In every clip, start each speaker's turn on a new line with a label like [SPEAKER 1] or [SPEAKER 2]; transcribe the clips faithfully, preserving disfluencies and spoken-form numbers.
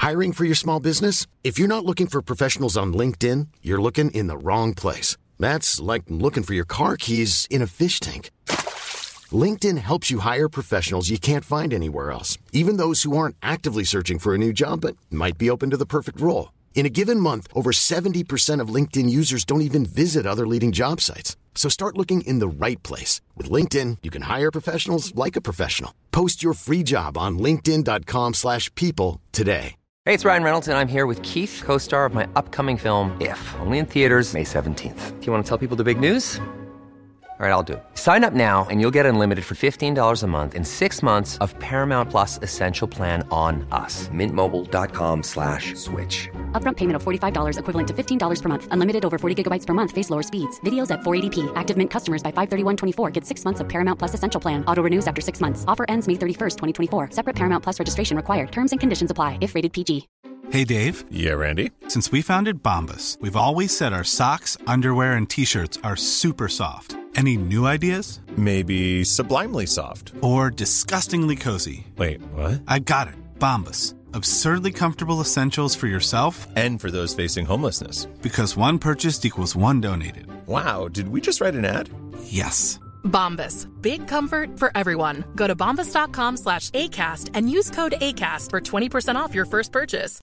[SPEAKER 1] Hiring for your small business? If you're not looking for professionals on LinkedIn, you're looking in the wrong place. That's like looking for your car keys in a fish tank. LinkedIn helps you hire professionals you can't find anywhere else, even those who aren't actively searching for a new job but might be open to the perfect role. In a given month, over seventy percent of LinkedIn users don't even visit other leading job sites. So start looking in the right place. With LinkedIn, you can hire professionals like a professional. Post your free job on linkedin dot com slash people today.
[SPEAKER 2] Hey, it's Ryan Reynolds, and I'm here with Keith, co-star of my upcoming film, If, only in theaters May seventeenth. Do you want to tell people the big news? All right, I'll do it. Sign up now and you'll get unlimited for fifteen dollars a month and six months of Paramount Plus Essential Plan on us. Mint Mobile dot com slash switch.
[SPEAKER 3] Upfront payment of forty-five dollars equivalent to fifteen dollars per month. Unlimited over forty gigabytes per month. Face lower speeds. Videos at four eighty p. Active Mint customers by five thirty-one twenty-four get six months of Paramount Plus Essential Plan. Auto renews after six months. Offer ends May thirty-first, twenty twenty-four. Separate Paramount Plus registration required. Terms and conditions apply if rated P G.
[SPEAKER 4] Hey, Dave.
[SPEAKER 5] Yeah, Randy.
[SPEAKER 4] Since we founded Bombas, we've always said our socks, underwear, and T-shirts are super soft. Any new ideas?
[SPEAKER 5] Maybe sublimely soft.
[SPEAKER 4] Or disgustingly cozy.
[SPEAKER 5] Wait, what?
[SPEAKER 4] I got it. Bombas. Absurdly comfortable essentials for yourself
[SPEAKER 5] and for those facing homelessness.
[SPEAKER 4] Because one purchased equals one donated.
[SPEAKER 5] Wow, did we just write an ad?
[SPEAKER 4] Yes.
[SPEAKER 6] Bombas. Big comfort for everyone. Go to bombas dot com slash ACAST and use code ACAST for twenty percent off your first purchase.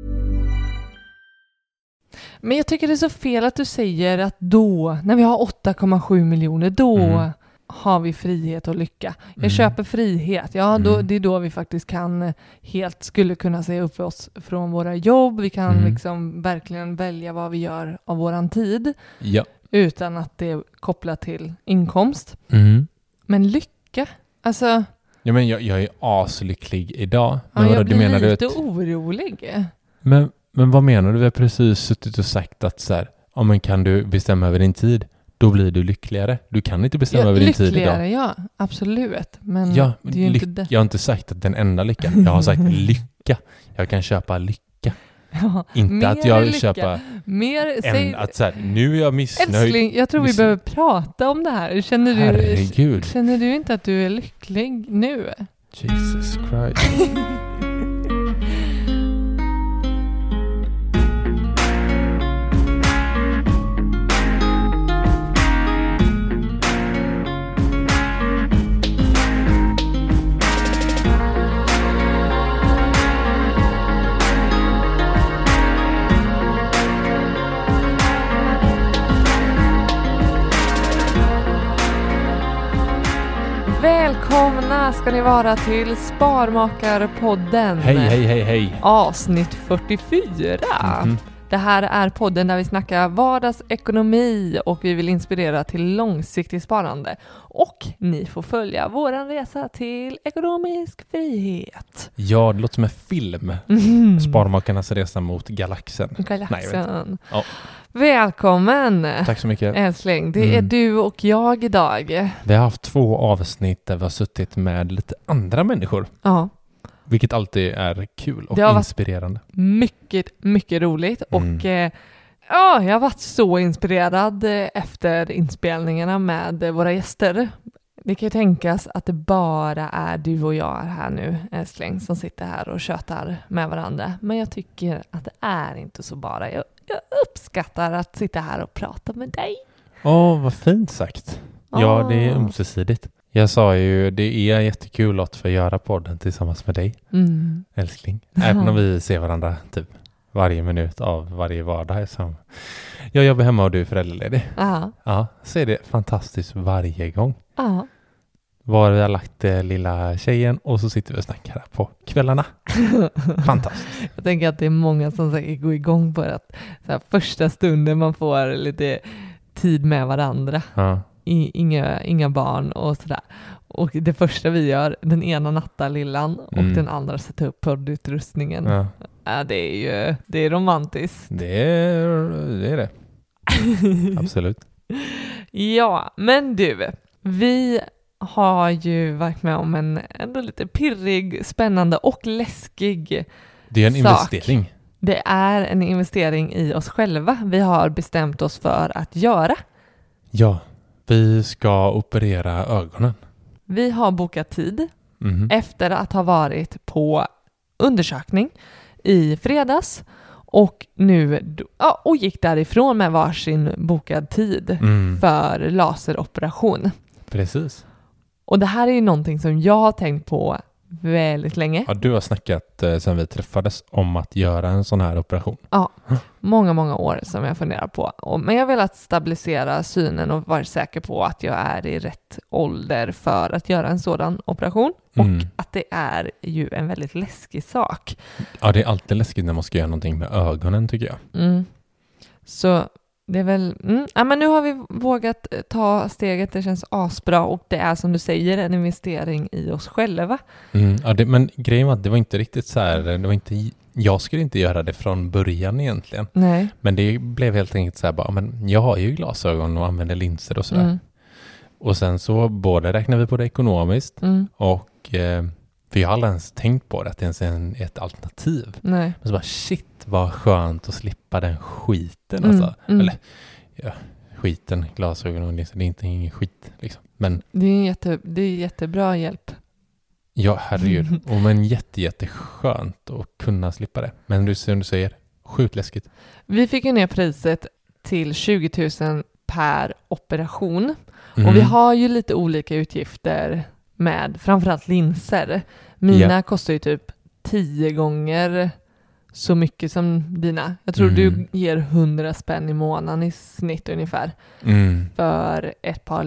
[SPEAKER 7] Men jag tycker det är så fel att du säger att då, när vi har åtta komma sju miljoner, då mm. har vi frihet och lycka. Jag mm. köper frihet. Ja, då, mm. det är då vi faktiskt kan helt skulle kunna säga upp oss från våra jobb. Vi kan mm. liksom verkligen välja vad vi gör av våran tid.
[SPEAKER 8] Ja.
[SPEAKER 7] Utan att det är kopplat till inkomst.
[SPEAKER 8] Mm.
[SPEAKER 7] Men lycka, alltså...
[SPEAKER 8] Ja, men jag, jag är aslycklig idag. Men
[SPEAKER 7] ja,
[SPEAKER 8] vadå,
[SPEAKER 7] jag blir
[SPEAKER 8] du menar
[SPEAKER 7] lite
[SPEAKER 8] du att...
[SPEAKER 7] orolig.
[SPEAKER 8] Men, men vad menar du? Vi har precis suttit och sagt att så här, ja, men kan du bestämma över din tid, då blir du lyckligare. Du kan inte bestämma ja, över din tid idag.
[SPEAKER 7] Lyckligare, ja. Absolut. Men
[SPEAKER 8] ja,
[SPEAKER 7] det är ju
[SPEAKER 8] lyck-
[SPEAKER 7] inte det.
[SPEAKER 8] Jag har inte sagt att den enda lyckan. Jag har sagt lycka. Jag kan köpa lycka.
[SPEAKER 7] Ja,
[SPEAKER 8] inte att jag vill
[SPEAKER 7] lycka.
[SPEAKER 8] köpa
[SPEAKER 7] mer,
[SPEAKER 8] än
[SPEAKER 7] säg,
[SPEAKER 8] att så här, nu är jag missnöjd.
[SPEAKER 7] Älskling, jag tror vi
[SPEAKER 8] Miss...
[SPEAKER 7] behöver prata om det här. Känner du,
[SPEAKER 8] Herregud.
[SPEAKER 7] Känner du inte att du är lycklig nu?
[SPEAKER 8] Jesus Christ.
[SPEAKER 7] Välkomna ska ni vara till Sparmakarpodden.
[SPEAKER 8] Hej, hej, hej, hej.
[SPEAKER 7] Avsnitt fyrtiofyra. Mm-hmm. Det här är podden där vi snackar vardagsekonomi och vi vill inspirera till långsiktigt sparande. Och ni får följa våran resa till ekonomisk frihet.
[SPEAKER 8] Ja, det låter som en film.
[SPEAKER 7] Mm.
[SPEAKER 8] Sparmakarnas resa mot galaxen.
[SPEAKER 7] Galaxen.
[SPEAKER 8] Nej, ja.
[SPEAKER 7] Välkommen.
[SPEAKER 8] Tack så mycket.
[SPEAKER 7] Älskling, det
[SPEAKER 8] mm.
[SPEAKER 7] är du och jag idag.
[SPEAKER 8] Vi har haft två avsnitt där vi har suttit med lite andra människor.
[SPEAKER 7] Ja.
[SPEAKER 8] Vilket alltid är kul och
[SPEAKER 7] det har
[SPEAKER 8] inspirerande.
[SPEAKER 7] Varit mycket, mycket roligt.
[SPEAKER 8] Mm.
[SPEAKER 7] Och eh, ja, jag har varit så inspirerad efter inspelningarna med våra gäster. Det kan ju tänkas att det bara är du och jag här nu, älskling, som sitter här och tjötar med varandra. Men jag tycker att det är inte så bara. Jag, jag uppskattar att sitta här och prata med dig.
[SPEAKER 8] Åh, oh, vad fint sagt. Oh. Ja, det är ömsesidigt. Jag sa ju, det är jättekul att få göra podden tillsammans med dig,
[SPEAKER 7] mm.
[SPEAKER 8] älskling. Även om vi ser varandra typ varje minut av varje vardag. Som jag jobbar hemma och du är föräldraledig.
[SPEAKER 7] Ja.
[SPEAKER 8] Ja, så är det fantastiskt varje gång.
[SPEAKER 7] Ja.
[SPEAKER 8] Var vi har lagt eh, lilla tjejen och så sitter vi och snackar här på kvällarna. Fantastiskt.
[SPEAKER 7] Jag tänker att det är många som säkert går igång på att så här, första stunden man får lite tid med varandra.
[SPEAKER 8] Ja.
[SPEAKER 7] I, inga, inga barn och sådär. Och det första vi gör, den ena nattar lillan och mm. den andra sätter upp poddutrustningen.
[SPEAKER 8] Ja.
[SPEAKER 7] Ja, det är ju det är romantiskt.
[SPEAKER 8] Det är det. Är det. Absolut.
[SPEAKER 7] Ja, men du, vi har ju varit med om en ändå lite pirrig, spännande och läskig
[SPEAKER 8] Det är en
[SPEAKER 7] sak.
[SPEAKER 8] investering.
[SPEAKER 7] Det är en investering i oss själva. Vi har bestämt oss för att göra.
[SPEAKER 8] Ja, vi ska operera ögonen.
[SPEAKER 7] Vi har bokat tid
[SPEAKER 8] mm.
[SPEAKER 7] efter att ha varit på undersökning i fredags och nu ja, och gick därifrån med varsin bokad tid
[SPEAKER 8] Mm.
[SPEAKER 7] för laseroperation.
[SPEAKER 8] Precis.
[SPEAKER 7] Och det här är ju någonting som jag har tänkt på väldigt länge.
[SPEAKER 8] Ja, du har snackat eh, sedan vi träffades om att göra en sån här operation.
[SPEAKER 7] Ja, många, många år som jag funderar på. Och, men jag har velat stabilisera synen och vara säker på att jag är i rätt ålder för att göra en sådan operation.
[SPEAKER 8] Mm.
[SPEAKER 7] Och att det är ju en väldigt läskig sak.
[SPEAKER 8] Ja, det är alltid läskigt när man ska göra någonting med ögonen tycker jag.
[SPEAKER 7] Mm. Så det är väl... Mm. Ja, men nu har vi vågat ta steget. Det känns asbra och det är som du säger en investering i oss själva.
[SPEAKER 8] Mm, ja, det, men grejen var att det var inte riktigt så här, det var inte, jag skulle inte göra det från början egentligen.
[SPEAKER 7] Nej.
[SPEAKER 8] Men det blev helt enkelt så här bara, men jag har ju glasögon och använder linser och sådär.
[SPEAKER 7] Mm.
[SPEAKER 8] Och sen så både räknar vi på det ekonomiskt
[SPEAKER 7] Mm.
[SPEAKER 8] och eh, för jag har aldrig ens tänkt på det att det ens är en, ett alternativ.
[SPEAKER 7] Nej.
[SPEAKER 8] Men så bara shit vad skönt att slippa den skiten
[SPEAKER 7] Mm,
[SPEAKER 8] alltså.
[SPEAKER 7] mm.
[SPEAKER 8] Eller ja, skiten, glasögon och linser, det är inte ingen skit liksom. Men
[SPEAKER 7] Det är en jätte, det är jättebra hjälp.
[SPEAKER 8] ja, herregud. Och men jätte, jätteskönt att kunna slippa det. Men du, som du säger, sjukt läskigt.
[SPEAKER 7] Vi fick ju ner priset till tjugo tusen per operation.
[SPEAKER 8] Mm.
[SPEAKER 7] Och vi har ju lite olika utgifter med framförallt linser. Mina
[SPEAKER 8] Ja.
[SPEAKER 7] kostar ju typ tio gånger så mycket som dina. Jag tror
[SPEAKER 8] Mm.
[SPEAKER 7] du ger hundra spänn i månaden i snitt ungefär
[SPEAKER 8] Mm.
[SPEAKER 7] för ett par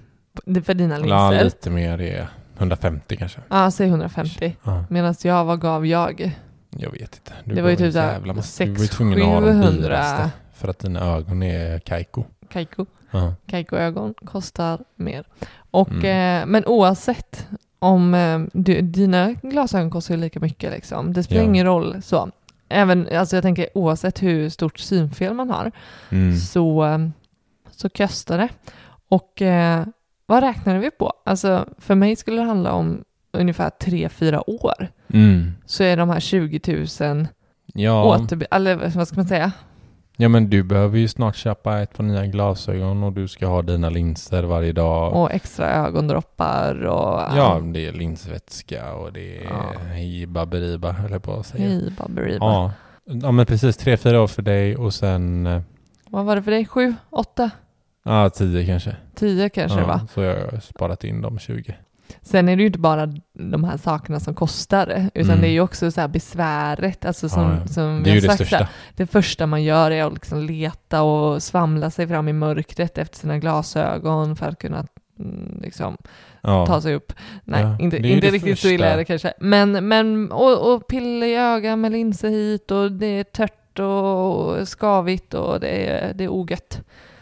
[SPEAKER 7] för dina
[SPEAKER 8] Ja,
[SPEAKER 7] linser.
[SPEAKER 8] lite mer är hundrafemtio kanske.
[SPEAKER 7] Ja, säg hundrafemtio.
[SPEAKER 8] Ja,
[SPEAKER 7] Medan jag, vad gav jag?
[SPEAKER 8] jag vet inte. Du
[SPEAKER 7] Det var ju
[SPEAKER 8] gav en
[SPEAKER 7] typ där
[SPEAKER 8] jävla massa-
[SPEAKER 7] sex,
[SPEAKER 8] Du var ju tvungen att ha de
[SPEAKER 7] sjuhundra.
[SPEAKER 8] dyraste för att dina ögon är Kaiko.
[SPEAKER 7] Kaiko.
[SPEAKER 8] Ja.
[SPEAKER 7] Kaiko-ögon kostar mer. Och,
[SPEAKER 8] Mm.
[SPEAKER 7] eh, men oavsett om eh, du, dina glasögon kostar ju lika mycket liksom. Det spelar
[SPEAKER 8] Ja.
[SPEAKER 7] ingen roll så. Även, alltså jag tänker oavsett hur stort synfel man har
[SPEAKER 8] Mm.
[SPEAKER 7] så, eh, så kostar det. Och eh, vad räknar vi på? Alltså för mig skulle det handla om ungefär tre fyra år.
[SPEAKER 8] Mm.
[SPEAKER 7] Så är de här tjugo tusen
[SPEAKER 8] Ja.
[SPEAKER 7] återbe- eller vad ska man säga?
[SPEAKER 8] ja, men du behöver ju snart köpa ett par nya glasögon och du ska ha dina linser varje dag.
[SPEAKER 7] Och extra ögondroppar och
[SPEAKER 8] Ja, det är linsvätska och det är
[SPEAKER 7] Ja.
[SPEAKER 8] hej babberiba, höll jag på att säga.
[SPEAKER 7] hej babberiba.
[SPEAKER 8] Ja. ja, men precis. Tre, fyra år för dig och sen eh,
[SPEAKER 7] Vad var det för dig? Sju, åtta,
[SPEAKER 8] ja, tio kanske.
[SPEAKER 7] tio kanske
[SPEAKER 8] ja,
[SPEAKER 7] va?
[SPEAKER 8] Så jag har sparat in de tjugo.
[SPEAKER 7] Sen är det ju inte bara de här sakerna som kostar, utan
[SPEAKER 8] Mm.
[SPEAKER 7] det är ju också så här besväret. Alltså som,
[SPEAKER 8] Ja, ja.
[SPEAKER 7] som
[SPEAKER 8] Det är
[SPEAKER 7] vi
[SPEAKER 8] ju
[SPEAKER 7] har
[SPEAKER 8] det
[SPEAKER 7] sagt, så här,
[SPEAKER 8] största.
[SPEAKER 7] det första man gör är att liksom leta och svamla sig fram i mörkret efter sina glasögon för att kunna mm, liksom
[SPEAKER 8] Ja.
[SPEAKER 7] ta sig upp. Nej,
[SPEAKER 8] Ja,
[SPEAKER 7] inte,
[SPEAKER 8] det är ju
[SPEAKER 7] inte
[SPEAKER 8] det
[SPEAKER 7] riktigt så
[SPEAKER 8] första.
[SPEAKER 7] illa är det kanske. Men, men och, och pilla i ögat med linser hit och det är tört och skavigt och det är, det är ogött.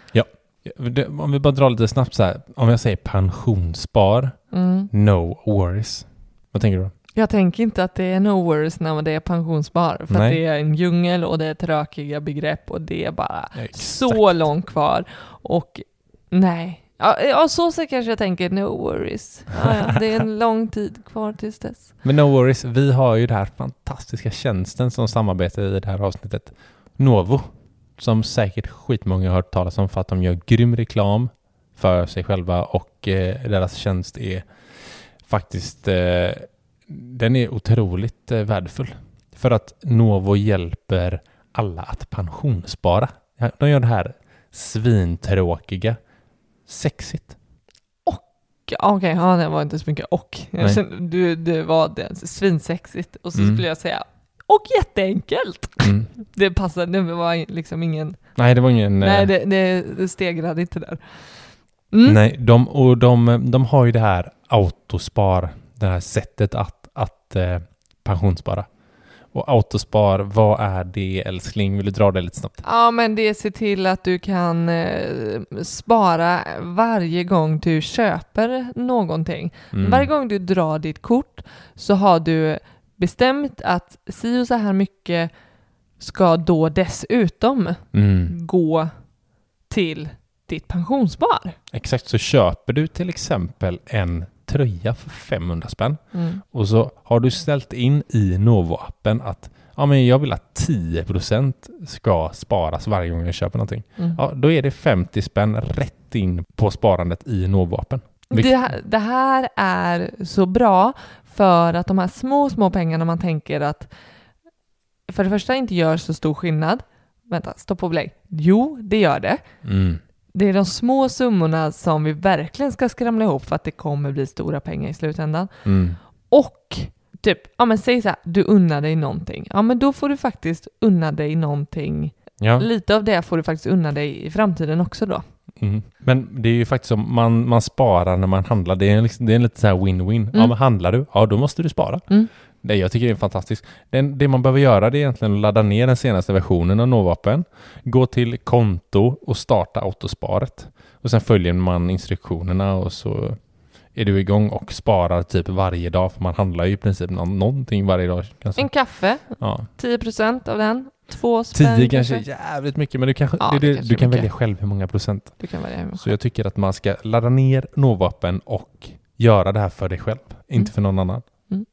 [SPEAKER 8] Det, om vi bara drar lite snabbt så här. Om jag säger pensionsspar,
[SPEAKER 7] Mm.
[SPEAKER 8] no worries. Vad tänker du då?
[SPEAKER 7] Jag tänker inte att det är no worries när det är pensionsspar. För att
[SPEAKER 8] Nej.
[SPEAKER 7] det är en djungel och det är trökiga begrepp och det är bara
[SPEAKER 8] Exakt.
[SPEAKER 7] så långt kvar. Och nej. Ja, ja så så kanske jag tänker no worries. Ja, ja, det är en lång tid kvar tills dess.
[SPEAKER 8] Men no worries, vi har ju den här fantastiska tjänsten som samarbetar i det här avsnittet. Novo. Som säkert skitmånga har hört talas om för att de gör grym reklam för sig själva och eh, deras tjänst är faktiskt eh, den är otroligt eh, värdefull. För att Novo hjälper alla att pensionsspara. Ja, de gör det här svintråkiga sexigt.
[SPEAKER 7] Okej, okay, ja, det var inte så mycket och. Jag
[SPEAKER 8] Nej.
[SPEAKER 7] kände, du, det var det, svinsexigt. Och så
[SPEAKER 8] Mm.
[SPEAKER 7] skulle jag säga och jätteenkelt.
[SPEAKER 8] Mm.
[SPEAKER 7] Det passade, det var liksom ingen...
[SPEAKER 8] Nej, det var ingen... eh,
[SPEAKER 7] Nej, det, det, det stegrade inte där. Mm.
[SPEAKER 8] Nej, de, och de, de har ju det här autospar, det här sättet att, att eh, pensionsspara. Och autospar, vad är det älskling? Vill du dra det lite snabbt?
[SPEAKER 7] Ja, men det ser till att du kan eh, spara varje gång du köper någonting.
[SPEAKER 8] Mm.
[SPEAKER 7] Varje gång du drar ditt kort så har du bestämt att si och så här mycket ska då dessutom
[SPEAKER 8] Mm.
[SPEAKER 7] gå till ditt pensionsspar.
[SPEAKER 8] Exakt, så köper du till exempel en tröja för femhundra spänn
[SPEAKER 7] Mm.
[SPEAKER 8] och så har du ställt in i Novo-appen att ja, men jag vill att tio procent ska sparas varje gång jag köper någonting.
[SPEAKER 7] Mm.
[SPEAKER 8] Ja, då är det femtio spänn rätt in på sparandet i Novo-appen.
[SPEAKER 7] Det, här- det här är så bra för att de här små, små pengarna man tänker att för det första inte gör så stor skillnad. Vänta, stopp och belägg. Jo, det gör det.
[SPEAKER 8] Mm.
[SPEAKER 7] Det är de små summorna som vi verkligen ska skramla ihop för att det kommer bli stora pengar i slutändan.
[SPEAKER 8] Mm.
[SPEAKER 7] Och typ, ja men säg så här, du unnar dig någonting. Ja men då får du faktiskt unna dig någonting.
[SPEAKER 8] Ja.
[SPEAKER 7] Lite av det får du faktiskt unna dig i framtiden också då.
[SPEAKER 8] Mm. Men det är ju faktiskt som man, man sparar när man handlar. Det är en, det är en lite så här win-win.
[SPEAKER 7] Mm.
[SPEAKER 8] Ja, men handlar du? Ja, då måste du spara.
[SPEAKER 7] Mm.
[SPEAKER 8] Det, jag tycker det är fantastiskt. Det, det man behöver göra det är egentligen att ladda ner den senaste versionen av Nova-appen. Gå till konto och starta autosparet. Och sen följer man instruktionerna och så är du igång och sparar typ varje dag. För man handlar ju i princip någonting varje dag. Kanske.
[SPEAKER 7] En kaffe,
[SPEAKER 8] ja.
[SPEAKER 7] tio procent av den. Två spänn.
[SPEAKER 8] tio kanske är jävligt mycket, men du, kanske,
[SPEAKER 7] Ja,
[SPEAKER 8] du,
[SPEAKER 7] det
[SPEAKER 8] du,
[SPEAKER 7] kanske
[SPEAKER 8] du kan
[SPEAKER 7] mycket.
[SPEAKER 8] välja själv hur många procent.
[SPEAKER 7] Du kan välja hur
[SPEAKER 8] Så jag tycker att man ska ladda ner Nova-appen och göra det här för dig själv.
[SPEAKER 7] Mm.
[SPEAKER 8] Inte för någon annan.
[SPEAKER 7] Mm.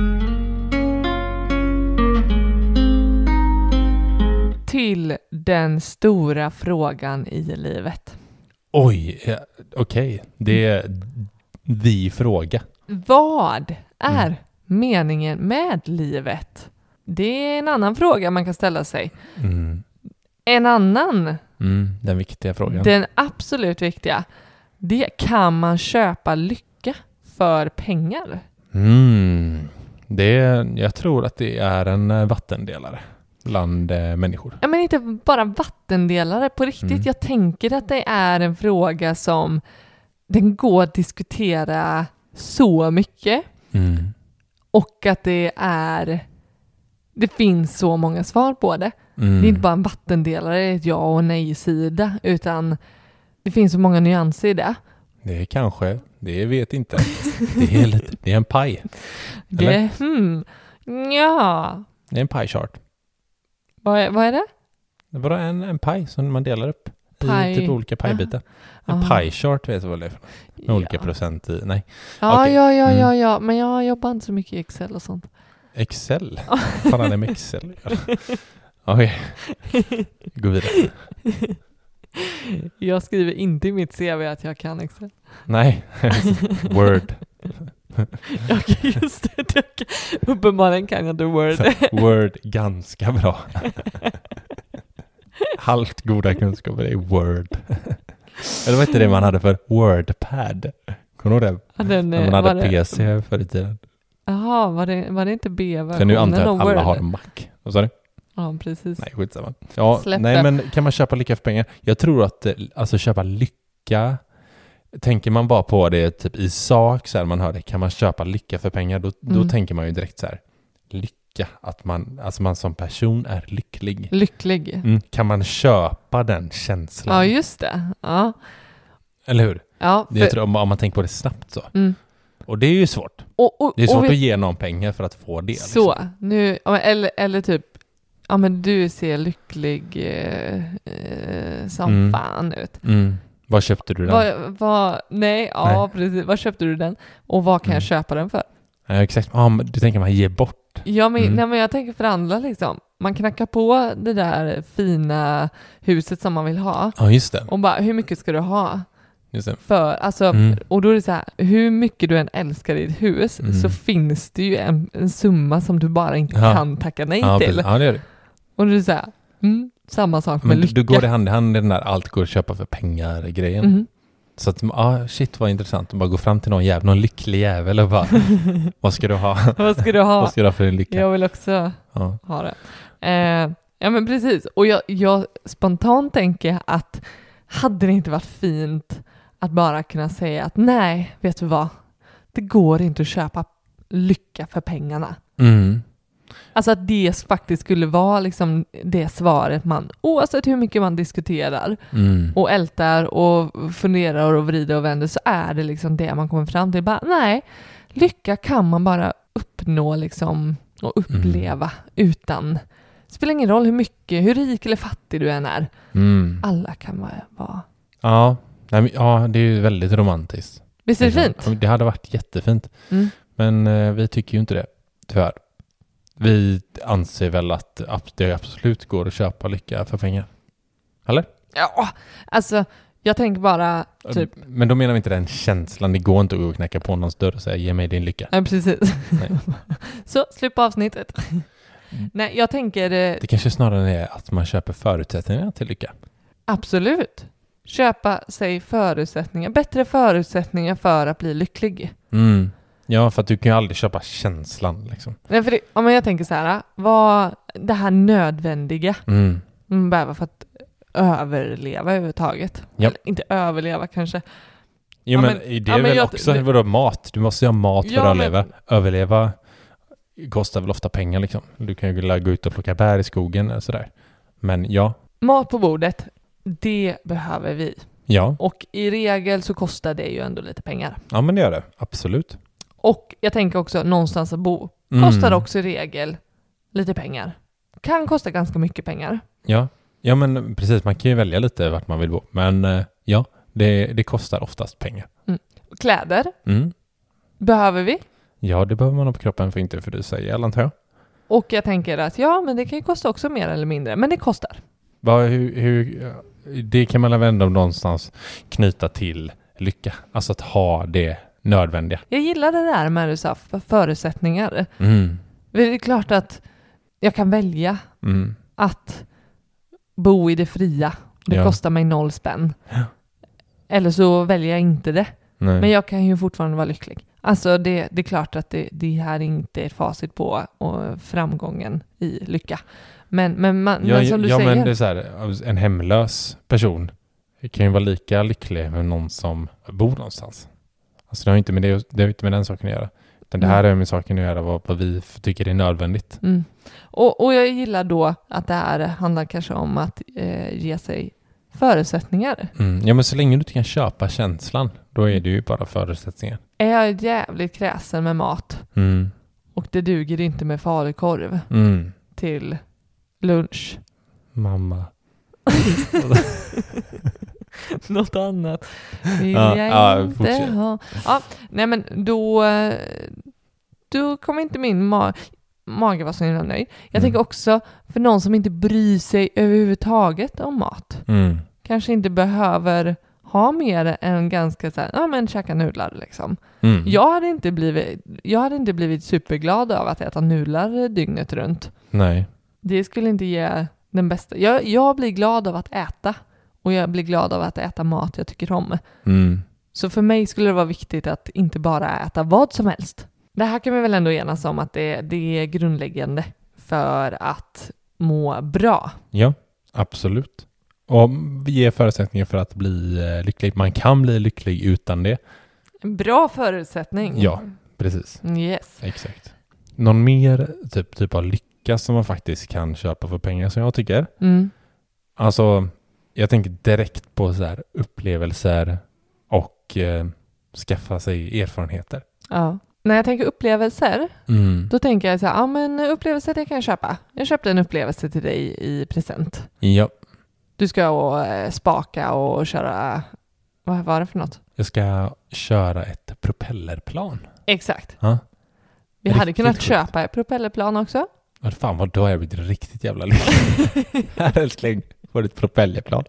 [SPEAKER 7] Till den stora frågan i livet.
[SPEAKER 8] Oj, ja, okej. Okay. Det är the fråga.
[SPEAKER 7] Vad är
[SPEAKER 8] Mm.
[SPEAKER 7] meningen med livet? Det är en annan fråga man kan ställa sig.
[SPEAKER 8] Mm.
[SPEAKER 7] En annan,
[SPEAKER 8] Mm, den viktiga frågan.
[SPEAKER 7] den absolut viktiga, det kan man köpa lycka för pengar.
[SPEAKER 8] Mm. Det är, jag tror att det är en eh, vattendelare bland eh, människor.
[SPEAKER 7] Ja, men inte bara vattendelare på riktigt.
[SPEAKER 8] Mm.
[SPEAKER 7] Jag tänker att det är en fråga som den går att diskutera så mycket.
[SPEAKER 8] Mm.
[SPEAKER 7] Och att det är det finns så många svar på det.
[SPEAKER 8] Mm.
[SPEAKER 7] Det är inte bara en vattendelare, ett ja och nej-sida, utan det finns så många nyanser i det.
[SPEAKER 8] Det är kanske, det vet inte. Det är, lite, det är en paj. Eller?
[SPEAKER 7] Det, hmm, ja.
[SPEAKER 8] Det är en pie chart.
[SPEAKER 7] Vad är, vad är det?
[SPEAKER 8] Det var en, en paj som man delar upp
[SPEAKER 7] Pie.
[SPEAKER 8] i typ olika pajbitar. En
[SPEAKER 7] Ah.
[SPEAKER 8] pie chart vet du vad det är för? Med
[SPEAKER 7] Ja.
[SPEAKER 8] olika procent i. Nej.
[SPEAKER 7] Ja,
[SPEAKER 8] Okej.
[SPEAKER 7] ja, ja,
[SPEAKER 8] Mm.
[SPEAKER 7] ja, ja. Men jag jobbar inte så mycket i Excel och sånt.
[SPEAKER 8] Excel? Vad fan är det med Excel? Okej. Gå vidare.
[SPEAKER 7] Jag skriver inte i mitt C V att jag kan Excel.
[SPEAKER 8] Nej. Word.
[SPEAKER 7] Okej, just det. det kan- Uppenbarligen kan jag inte Word.
[SPEAKER 8] Word ganska bra. Halvt goda kunskaper i Word. Eller vad hette det man hade för Wordpad? Kommer du ihåg det?
[SPEAKER 7] Ja, den,
[SPEAKER 8] När man
[SPEAKER 7] var
[SPEAKER 8] hade
[SPEAKER 7] det-
[SPEAKER 8] P C förr i tiden.
[SPEAKER 7] Jaha, var det, var det inte
[SPEAKER 8] För
[SPEAKER 7] B-versionen
[SPEAKER 8] nu antar jag
[SPEAKER 7] av
[SPEAKER 8] att alla
[SPEAKER 7] Word?
[SPEAKER 8] har en Mac. Vad sa du?
[SPEAKER 7] Ja, precis.
[SPEAKER 8] Nej, skitsamma. Ja,
[SPEAKER 7] Släpp
[SPEAKER 8] nej,
[SPEAKER 7] det.
[SPEAKER 8] men kan man köpa lycka för pengar? Jag tror att eh, alltså köpa lycka, tänker man bara på det typ i sak så här, man hör det, kan man köpa lycka för pengar? Då, då
[SPEAKER 7] Mm.
[SPEAKER 8] tänker man ju direkt så här, lycka, att man, alltså man som person är lycklig.
[SPEAKER 7] Lycklig.
[SPEAKER 8] Mm. Kan man köpa den känslan?
[SPEAKER 7] Ja, just det. Ja,
[SPEAKER 8] Eller hur?
[SPEAKER 7] ja
[SPEAKER 8] Det, jag
[SPEAKER 7] för,
[SPEAKER 8] tror, om, om man tänker på det snabbt så.
[SPEAKER 7] mm.
[SPEAKER 8] Och det är ju svårt.
[SPEAKER 7] och, och,
[SPEAKER 8] Det är
[SPEAKER 7] och
[SPEAKER 8] svårt
[SPEAKER 7] vi-
[SPEAKER 8] att ge någon pengar för att få det.
[SPEAKER 7] Så,
[SPEAKER 8] Liksom.
[SPEAKER 7] nu, ja, men eller, eller typ, ja men du ser lycklig eh, eh, som
[SPEAKER 8] Mm.
[SPEAKER 7] fan ut.
[SPEAKER 8] Mm. Vad köpte du den?
[SPEAKER 7] Vad, vad, nej, ja precis. Vad köpte du den? Och vad kan
[SPEAKER 8] Mm.
[SPEAKER 7] jag köpa den för?
[SPEAKER 8] Ja, exakt. Ah, men du tänker man ger bort.
[SPEAKER 7] Ja, men,
[SPEAKER 8] Mm.
[SPEAKER 7] nej, men jag tänker för andra liksom. Man knackar på det där fina huset som man vill ha.
[SPEAKER 8] Ja, just det.
[SPEAKER 7] Och bara, hur mycket ska du ha?
[SPEAKER 8] Just det.
[SPEAKER 7] För, alltså,
[SPEAKER 8] Mm.
[SPEAKER 7] och då är det så här, hur mycket du än älskar ditt hus
[SPEAKER 8] Mm.
[SPEAKER 7] så finns det ju en, en summa som du bara inte
[SPEAKER 8] Ja.
[SPEAKER 7] kan tacka nej
[SPEAKER 8] Ja,
[SPEAKER 7] till.
[SPEAKER 8] precis. Ja, det gör det.
[SPEAKER 7] Och det är så här, mm, samma sak med
[SPEAKER 8] Men
[SPEAKER 7] lycka.
[SPEAKER 8] då går det hand i hand i den där allt går att köpa för pengar-grejen.
[SPEAKER 7] Mhm.
[SPEAKER 8] Så att, ah, shit vad intressant. att bara gå fram till någon jävel, någon lycklig jävel och bara, vad ska du ha?
[SPEAKER 7] Vad ska du ha?
[SPEAKER 8] Vad ska du ha för en lycka?
[SPEAKER 7] Jag vill också
[SPEAKER 8] Ja.
[SPEAKER 7] ha det. Eh, ja men precis. Och jag, jag spontant tänker att hade det inte varit fint att bara kunna säga att nej, vet du vad? Det går inte att köpa lycka för pengarna.
[SPEAKER 8] Mm.
[SPEAKER 7] Alltså att det faktiskt skulle vara liksom det svaret man, oavsett hur mycket man diskuterar
[SPEAKER 8] Mm.
[SPEAKER 7] och ältar och funderar och vrider och vänder, så är det liksom det man kommer fram till. Bara, nej, lycka kan man bara uppnå liksom och uppleva utan, det spelar ingen roll hur mycket, hur rik eller fattig du än är.
[SPEAKER 8] Mm.
[SPEAKER 7] Alla kan vara, vara.
[SPEAKER 8] Ja. Nej, men, ja, det är ju väldigt romantiskt.
[SPEAKER 7] Visst är det fint?
[SPEAKER 8] Ja, det hade varit jättefint.
[SPEAKER 7] Mm.
[SPEAKER 8] Men eh, vi tycker ju inte det, tyvärr. Vi anser väl att ab- det absolut går att köpa lycka för pengar. Eller?
[SPEAKER 7] Ja, alltså jag tänker bara typ,
[SPEAKER 8] Men då menar vi inte den känslan. Det går inte att gå och knacka på någons dörr och säga ge mig din lycka.
[SPEAKER 7] ja precis.
[SPEAKER 8] Nej.
[SPEAKER 7] Så, slut på avsnittet. Nej, jag tänker... Eh,
[SPEAKER 8] Det kanske snarare är att man köper förutsättningar till lycka.
[SPEAKER 7] Absolut. Köpa sig förutsättningar, bättre förutsättningar för att bli lycklig.
[SPEAKER 8] Mm. Ja, för att du kan ju aldrig köpa känslan liksom.
[SPEAKER 7] Nej, för det, om jag tänker så här, vad det här nödvändiga
[SPEAKER 8] Mm.
[SPEAKER 7] man behöver för att överleva överhuvudtaget.
[SPEAKER 8] Ja.
[SPEAKER 7] Eller, inte överleva kanske.
[SPEAKER 8] Jo,
[SPEAKER 7] Ja,
[SPEAKER 8] men,
[SPEAKER 7] men-
[SPEAKER 8] är det
[SPEAKER 7] ja, men
[SPEAKER 8] väl
[SPEAKER 7] jag-
[SPEAKER 8] också,
[SPEAKER 7] det-
[SPEAKER 8] vadå, mat? Du måste ju ha mat för
[SPEAKER 7] Ja,
[SPEAKER 8] att
[SPEAKER 7] men-
[SPEAKER 8] överleva. Överleva kostar väl ofta pengar liksom. Du kan ju gå ut och plocka bär i skogen eller sådär. Men ja,
[SPEAKER 7] Mat på bordet, det behöver vi.
[SPEAKER 8] ja.
[SPEAKER 7] Och i regel så kostar det ju ändå lite pengar.
[SPEAKER 8] Ja, men det gör det. Absolut.
[SPEAKER 7] Och jag tänker också någonstans att bo.
[SPEAKER 8] Mm.
[SPEAKER 7] Kostar också i regel lite pengar. Kan kosta ganska mycket pengar.
[SPEAKER 8] Ja. Ja, men precis. Man kan ju välja lite vart man vill bo. Men eh, ja, det, det kostar oftast pengar.
[SPEAKER 7] Kläder
[SPEAKER 8] Mm.
[SPEAKER 7] behöver vi.
[SPEAKER 8] Ja, det behöver man ha på kroppen för inte för du säger, antar jag.
[SPEAKER 7] Och jag tänker att ja, men det kan ju kosta också mer eller mindre. Men det kostar.
[SPEAKER 8] Vad, hur, hur, det kan man väl ändå någonstans knyta till lycka. Alltså att ha det nödvändiga.
[SPEAKER 7] Jag gillar det där med du sa, för förutsättningar.
[SPEAKER 8] Mm.
[SPEAKER 7] Det är klart att jag kan välja
[SPEAKER 8] Mm.
[SPEAKER 7] att bo i det fria. Det
[SPEAKER 8] Ja.
[SPEAKER 7] kostar mig noll spänn.
[SPEAKER 8] Ja.
[SPEAKER 7] Eller så väljer jag inte det.
[SPEAKER 8] Nej.
[SPEAKER 7] Men jag kan ju fortfarande vara lycklig. Alltså det, det är klart att det, det här inte är ett facit på och framgången i lycka. Men, men, man,
[SPEAKER 8] ja,
[SPEAKER 7] men som du
[SPEAKER 8] ja,
[SPEAKER 7] säger.
[SPEAKER 8] men det är så här, en hemlös person kan ju vara lika lycklig med någon som bor någonstans. Alltså det har inte med, det, det har inte med den saken att göra. Utan det här
[SPEAKER 7] Mm.
[SPEAKER 8] är med saken att göra vad, vad vi tycker är nödvändigt.
[SPEAKER 7] Mm. Och, och jag gillar då att det här handlar kanske om att eh, ge sig förutsättningar.
[SPEAKER 8] Mm. Ja, men så länge du inte kan köpa känslan, då är det ju bara förutsättningar.
[SPEAKER 7] Är jag jävligt kräsen med mat
[SPEAKER 8] Mm.
[SPEAKER 7] och det duger inte med falukorv
[SPEAKER 8] Mm.
[SPEAKER 7] till lunch.
[SPEAKER 8] Mamma.
[SPEAKER 7] Något annat vill
[SPEAKER 8] Ja,
[SPEAKER 7] jag
[SPEAKER 8] ja,
[SPEAKER 7] inte
[SPEAKER 8] fortsätt.
[SPEAKER 7] ha. Ja, nej men då, eh, då kommer inte min ma- mage vara så himla nöjd. Jag
[SPEAKER 8] Mm.
[SPEAKER 7] tänker också för någon som inte bryr sig överhuvudtaget om mat.
[SPEAKER 8] Mm.
[SPEAKER 7] Kanske inte behöver ha mer än ganska så här, ja men käka nudlar liksom.
[SPEAKER 8] Mm.
[SPEAKER 7] Jag hade inte blivit, jag hade inte blivit superglad av att äta nudlar dygnet runt.
[SPEAKER 8] Nej.
[SPEAKER 7] Det skulle inte ge den bästa. Jag, jag blir glad av att äta. Och jag blir glad av att äta mat jag tycker om.
[SPEAKER 8] Mm.
[SPEAKER 7] Så för mig skulle det vara viktigt att inte bara äta vad som helst. Det här kan vi väl ändå enas om att det, det är grundläggande för att må bra.
[SPEAKER 8] Ja, absolut. Och vi ger förutsättningar för att bli eh, lycklig. Man kan bli lycklig utan det.
[SPEAKER 7] En bra förutsättning.
[SPEAKER 8] Ja, precis.
[SPEAKER 7] Yes.
[SPEAKER 8] Exakt. Någon mer typ, typ av lycka som man faktiskt kan köpa för pengar som jag tycker.
[SPEAKER 7] Mm.
[SPEAKER 8] Alltså, jag tänker direkt på så här upplevelser och eh, skaffa sig erfarenheter.
[SPEAKER 7] Ja. När jag tänker upplevelser,
[SPEAKER 8] Mm.
[SPEAKER 7] då tänker jag så här, ja men upplevelser det kan jag köpa. Jag köpte en upplevelse till dig i present.
[SPEAKER 8] Ja,
[SPEAKER 7] Du ska och, eh, spaka och köra, vad var det för något?
[SPEAKER 8] jag ska köra ett propellerplan.
[SPEAKER 7] Exakt.
[SPEAKER 8] Ja.
[SPEAKER 7] Vi hade
[SPEAKER 8] Riktigt
[SPEAKER 7] kunnat
[SPEAKER 8] sjukt.
[SPEAKER 7] köpa ett propellerplan också.
[SPEAKER 8] Vad fan, vad då är jag blivit riktigt jävla lycklig. Här älskling, får du ett propellerplan?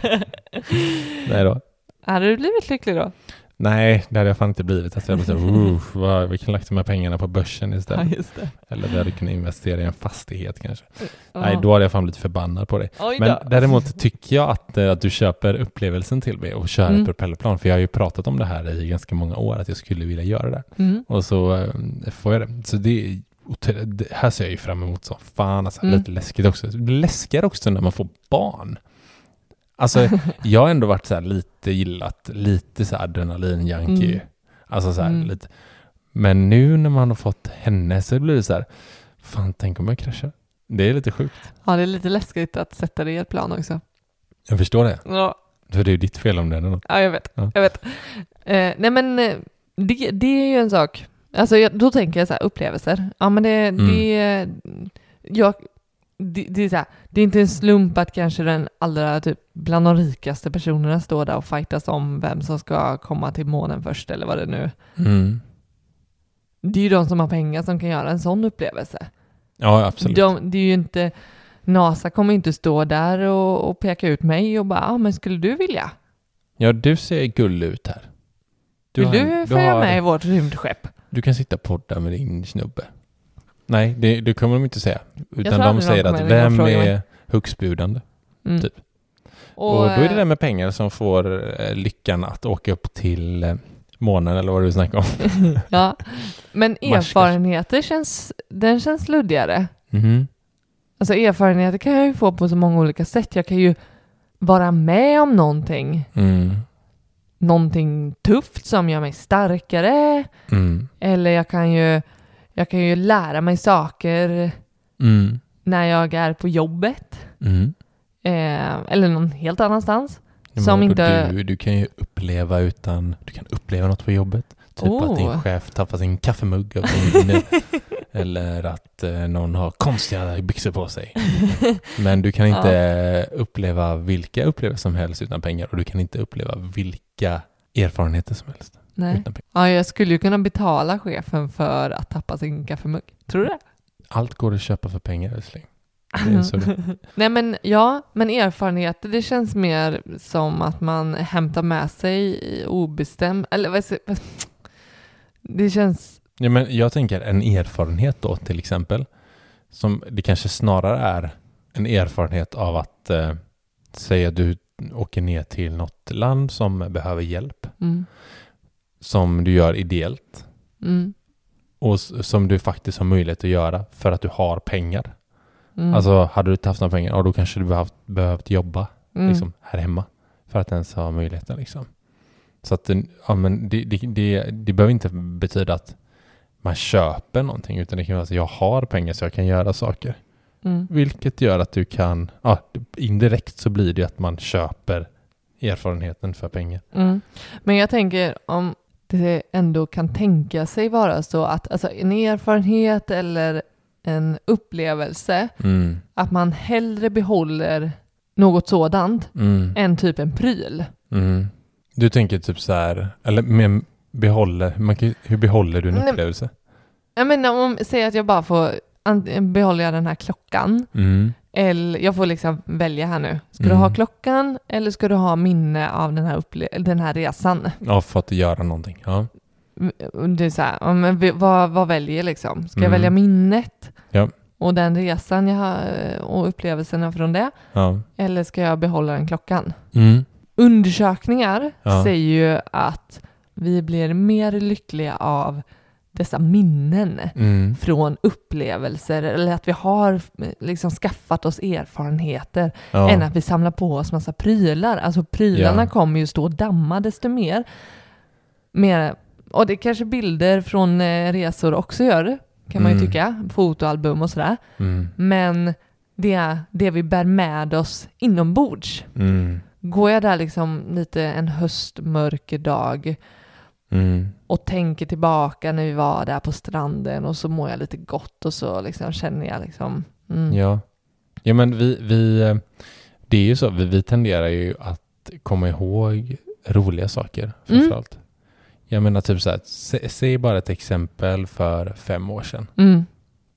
[SPEAKER 8] Nej då.
[SPEAKER 7] Hade du blivit lycklig då?
[SPEAKER 8] Nej, det hade jag fan inte blivit. Alltså jag blev så, uff, vad, vi kan lagt de här pengarna på börsen istället.
[SPEAKER 7] just det.
[SPEAKER 8] Eller vi hade kunnat investera i en fastighet kanske.
[SPEAKER 7] Ja.
[SPEAKER 8] Nej, då hade jag fan blivit förbannad på dig.
[SPEAKER 7] Oj
[SPEAKER 8] Men
[SPEAKER 7] då.
[SPEAKER 8] däremot tycker jag att, eh, att du köper upplevelsen till mig och kör
[SPEAKER 7] Mm.
[SPEAKER 8] ett propellerplan. För jag har ju pratat om det här i ganska många år, att jag skulle vilja göra det.
[SPEAKER 7] Mm.
[SPEAKER 8] Och så eh, får jag det. Så det, är otro- det här ser jag ju fram emot så fan. Alltså,
[SPEAKER 7] Mm.
[SPEAKER 8] lite läskigt också. Det blir läskigare också när man får barn. Alltså, jag har ändå varit så här lite gillat, lite så här adrenalin-junkie.
[SPEAKER 7] Mm.
[SPEAKER 8] Alltså så här
[SPEAKER 7] Mm.
[SPEAKER 8] lite. Men nu när man har fått henne så blir det så här, fan, tänk om jag kraschar. Det är lite sjukt.
[SPEAKER 7] Ja, det är lite läskigt att sätta det i ett plan också.
[SPEAKER 8] Jag förstår det.
[SPEAKER 7] Ja,
[SPEAKER 8] För det är ju ditt fel om det är något.
[SPEAKER 7] ja jag vet.
[SPEAKER 8] Ja.
[SPEAKER 7] Jag vet. Eh, nej men eh, det, det är ju en sak. Alltså jag, då tänker jag så här, upplevelser. Ja men det,
[SPEAKER 8] Mm.
[SPEAKER 7] det, jag, det, det är så här, det är inte en slump att kanske den allra typ bland de rikaste personerna står där och fightas om vem som ska komma till månen först eller vad det nu.
[SPEAKER 8] Mm.
[SPEAKER 7] Det är ju de som har pengar som kan göra en sån upplevelse.
[SPEAKER 8] Ja, absolut.
[SPEAKER 7] De, det är ju inte, NASA kommer inte stå där och, och peka ut mig och bara, ah, men skulle du vilja?
[SPEAKER 8] Ja, du ser gullig ut här.
[SPEAKER 7] Vill
[SPEAKER 8] har-
[SPEAKER 7] du följa
[SPEAKER 8] har-
[SPEAKER 7] med i vårt rymdskepp?
[SPEAKER 8] Du kan sitta och podda med din snubbe. Nej, det, det kommer de inte säga. Utan
[SPEAKER 7] tror
[SPEAKER 8] de
[SPEAKER 7] aldrig
[SPEAKER 8] säger
[SPEAKER 7] de
[SPEAKER 8] att
[SPEAKER 7] kommer
[SPEAKER 8] vem
[SPEAKER 7] fråga mig.
[SPEAKER 8] är högstbjudande?
[SPEAKER 7] Mm.
[SPEAKER 8] Typ.
[SPEAKER 7] Och,
[SPEAKER 8] Och då är det
[SPEAKER 7] eh,
[SPEAKER 8] där med pengar som får eh, lyckan att åka upp till eh, månen eller vad du snackar om.
[SPEAKER 7] ja. Men
[SPEAKER 8] Mars kanske.
[SPEAKER 7] erfarenheter känns, den känns luddigare.
[SPEAKER 8] Mhm.
[SPEAKER 7] Alltså erfarenheter kan jag ju få på så många olika sätt. Jag kan ju vara med om någonting.
[SPEAKER 8] Mm.
[SPEAKER 7] Någonting tufft som gör mig starkare.
[SPEAKER 8] Mm.
[SPEAKER 7] Eller jag kan ju, jag kan ju lära mig saker
[SPEAKER 8] Mm.
[SPEAKER 7] när jag är på jobbet.
[SPEAKER 8] Mm.
[SPEAKER 7] Eh, eller någon helt annannanstans.
[SPEAKER 8] Ja,
[SPEAKER 7] som
[SPEAKER 8] men
[SPEAKER 7] inte...
[SPEAKER 8] du, du kan ju uppleva utan du kan uppleva något på jobbet. Typ
[SPEAKER 7] Oh.
[SPEAKER 8] att din chef tappar sin kaffemugg av din, eller att eh, någon har konstiga byxor på sig. Men du kan inte ja. uppleva vilka upplevelser som helst utan pengar, och du kan inte uppleva vilka erfarenheter som helst.
[SPEAKER 7] Nej.
[SPEAKER 8] Utan pengar.
[SPEAKER 7] Ja, jag skulle ju kunna betala chefen för att tappa sin kaffemugg. Tror du det?
[SPEAKER 8] Allt går att köpa för pengar, älskling. Det är så det.
[SPEAKER 7] Nej men ja, men erfarenheter, det känns mer som att man hämtar med sig i obestämd, eller vad säger, det känns...
[SPEAKER 8] Ja, men jag tänker en erfarenhet då till exempel, som det kanske snarare är en erfarenhet av att eh, säga att du åker ner till något land som behöver hjälp,
[SPEAKER 7] Mm.
[SPEAKER 8] som du gör ideellt
[SPEAKER 7] Mm.
[SPEAKER 8] och s- som du faktiskt har möjlighet att göra för att du har pengar.
[SPEAKER 7] Mm.
[SPEAKER 8] Alltså hade du inte haft några pengar, ja, då kanske du behövt, behövt jobba
[SPEAKER 7] Mm.
[SPEAKER 8] liksom, här hemma för att ens ha möjligheten. Liksom. Så att den, ja, men det, det, det, det behöver inte betyda att man köper någonting, utan det kan vara att jag har pengar så jag kan göra saker.
[SPEAKER 7] Mm.
[SPEAKER 8] Vilket gör att du kan, ja, indirekt så blir det att man köper erfarenheten för pengar.
[SPEAKER 7] Mm. Men jag tänker om det ändå kan tänka sig vara så att alltså, en erfarenhet eller en upplevelse,
[SPEAKER 8] Mm.
[SPEAKER 7] att man hellre behåller något sådant
[SPEAKER 8] Mm.
[SPEAKER 7] än typ en pryl.
[SPEAKER 8] Mm. Du tänker typ så här, eller med behåller, man kan, hur behåller du en
[SPEAKER 7] Nej.
[SPEAKER 8] upplevelse?
[SPEAKER 7] Jag menar om, säg att jag bara får an- behålla den här klockan.
[SPEAKER 8] Mm.
[SPEAKER 7] Eller jag får liksom välja här nu. Ska
[SPEAKER 8] Mm.
[SPEAKER 7] du ha klockan eller ska du ha minne av den här, upple- den här resan?
[SPEAKER 8] Ja, för att göra någonting. Ja.
[SPEAKER 7] Det är så här, ja, men vi- vad, vad väljer liksom? Ska jag
[SPEAKER 8] Mm.
[SPEAKER 7] välja minnet?
[SPEAKER 8] Ja.
[SPEAKER 7] Och den resan jag har och upplevelserna från det?
[SPEAKER 8] Ja.
[SPEAKER 7] Eller ska jag behålla den klockan?
[SPEAKER 8] Mm.
[SPEAKER 7] Undersökningar
[SPEAKER 8] Ja.
[SPEAKER 7] säger ju att vi blir mer lyckliga av dessa minnen
[SPEAKER 8] Mm.
[SPEAKER 7] från upplevelser, eller att vi har liksom skaffat oss erfarenheter
[SPEAKER 8] Ja.
[SPEAKER 7] än att vi samlar på oss massa prylar. Alltså prylarna
[SPEAKER 8] Ja.
[SPEAKER 7] kommer ju stå och damma desto mer. mer. Och det kanske bilder från eh, resor också gör det, kan man ju
[SPEAKER 8] Mm.
[SPEAKER 7] tycka. Fotoalbum och sådär.
[SPEAKER 8] Mm.
[SPEAKER 7] Men det är det vi bär med oss inombords.
[SPEAKER 8] Mm.
[SPEAKER 7] Går jag där liksom lite en höstmörker dag
[SPEAKER 8] Mm.
[SPEAKER 7] och tänker tillbaka när vi var där på stranden och så mår jag lite gott och så liksom känner jag liksom... Mm.
[SPEAKER 8] Ja. Ja, men vi, vi, eh, det är ju så, vi, vi tenderar ju att komma ihåg roliga saker framförallt. Jag menar typ så här, se, se bara ett exempel för fem år sedan.
[SPEAKER 7] Mm.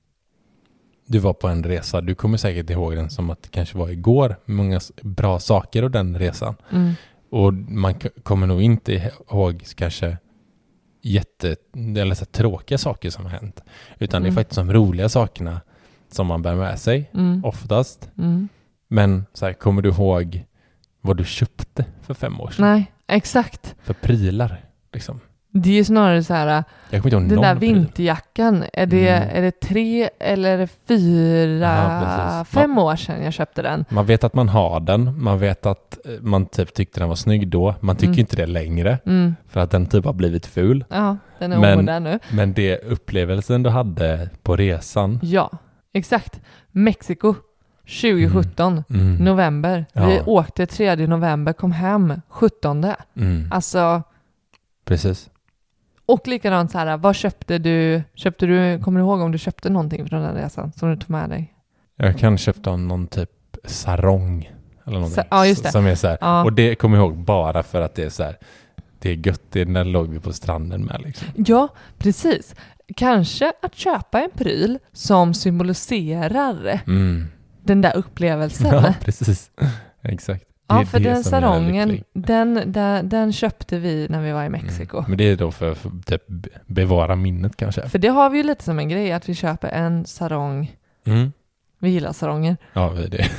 [SPEAKER 8] Du var på en resa, du kommer säkert ihåg den som att det kanske var igår. Många s- bra saker av den resan.
[SPEAKER 7] Mm.
[SPEAKER 8] Och man k- kommer nog inte ihåg kanske jätte, eller så här, tråkiga saker som har hänt. Utan det är
[SPEAKER 7] Mm.
[SPEAKER 8] faktiskt de roliga sakerna som man bär med sig
[SPEAKER 7] Mm.
[SPEAKER 8] oftast.
[SPEAKER 7] Mm.
[SPEAKER 8] Men så här, kommer du ihåg vad du köpte för fem år sedan?
[SPEAKER 7] Nej, exakt.
[SPEAKER 8] För prylar, liksom.
[SPEAKER 7] Det är ju snarare så här,
[SPEAKER 8] Jag kommer inte ihåg
[SPEAKER 7] den
[SPEAKER 8] någon
[SPEAKER 7] där
[SPEAKER 8] pryl.
[SPEAKER 7] vinterjackan, är det,
[SPEAKER 8] Mm.
[SPEAKER 7] är det tre eller är det fyra,
[SPEAKER 8] Ja, precis.
[SPEAKER 7] fem år sedan jag köpte den?
[SPEAKER 8] Man vet att man har den. Man vet att eh, man typ tyckte den var snygg då. Man tycker
[SPEAKER 7] Mm.
[SPEAKER 8] inte det längre.
[SPEAKER 7] Mm.
[SPEAKER 8] För att den typ har blivit ful.
[SPEAKER 7] Ja, den är
[SPEAKER 8] Men-
[SPEAKER 7] omodern nu.
[SPEAKER 8] Men det upplevelsen du hade på resan.
[SPEAKER 7] Ja, exakt. Mexiko tjugo sjutton,
[SPEAKER 8] Mm.
[SPEAKER 7] november.
[SPEAKER 8] Ja.
[SPEAKER 7] Vi åkte tredje november, kom hem sjuttonde.
[SPEAKER 8] Mm.
[SPEAKER 7] Alltså,
[SPEAKER 8] Precis.
[SPEAKER 7] och likadant så här, vad köpte du? Köpte du, kommer du ihåg om du köpte någonting från den resan som du tog med dig?
[SPEAKER 8] Jag kan köpa någon typ sarong. Eller någonting.
[SPEAKER 7] Sa- ja, just det.
[SPEAKER 8] Som är så här.
[SPEAKER 7] Ja.
[SPEAKER 8] Och det kommer jag ihåg bara för att det är så här. Det är gött. Det är när låg vi på stranden med liksom.
[SPEAKER 7] Ja, precis. Kanske att köpa en pryl som symboliserar
[SPEAKER 8] Mm.
[SPEAKER 7] den där upplevelsen.
[SPEAKER 8] Ja, precis. Exakt.
[SPEAKER 7] Ja,
[SPEAKER 8] Det är
[SPEAKER 7] för
[SPEAKER 8] det
[SPEAKER 7] den
[SPEAKER 8] som gör en
[SPEAKER 7] sarongen,
[SPEAKER 8] lycklig.
[SPEAKER 7] den, den, den köpte vi när vi var i Mexiko.
[SPEAKER 8] Mm. Men det är då för att för, typ, bevara minnet kanske.
[SPEAKER 7] För det har vi ju lite som en grej, att vi köper en sarong.
[SPEAKER 8] Mm.
[SPEAKER 7] Vi gillar saronger.
[SPEAKER 8] Ja, vi är det.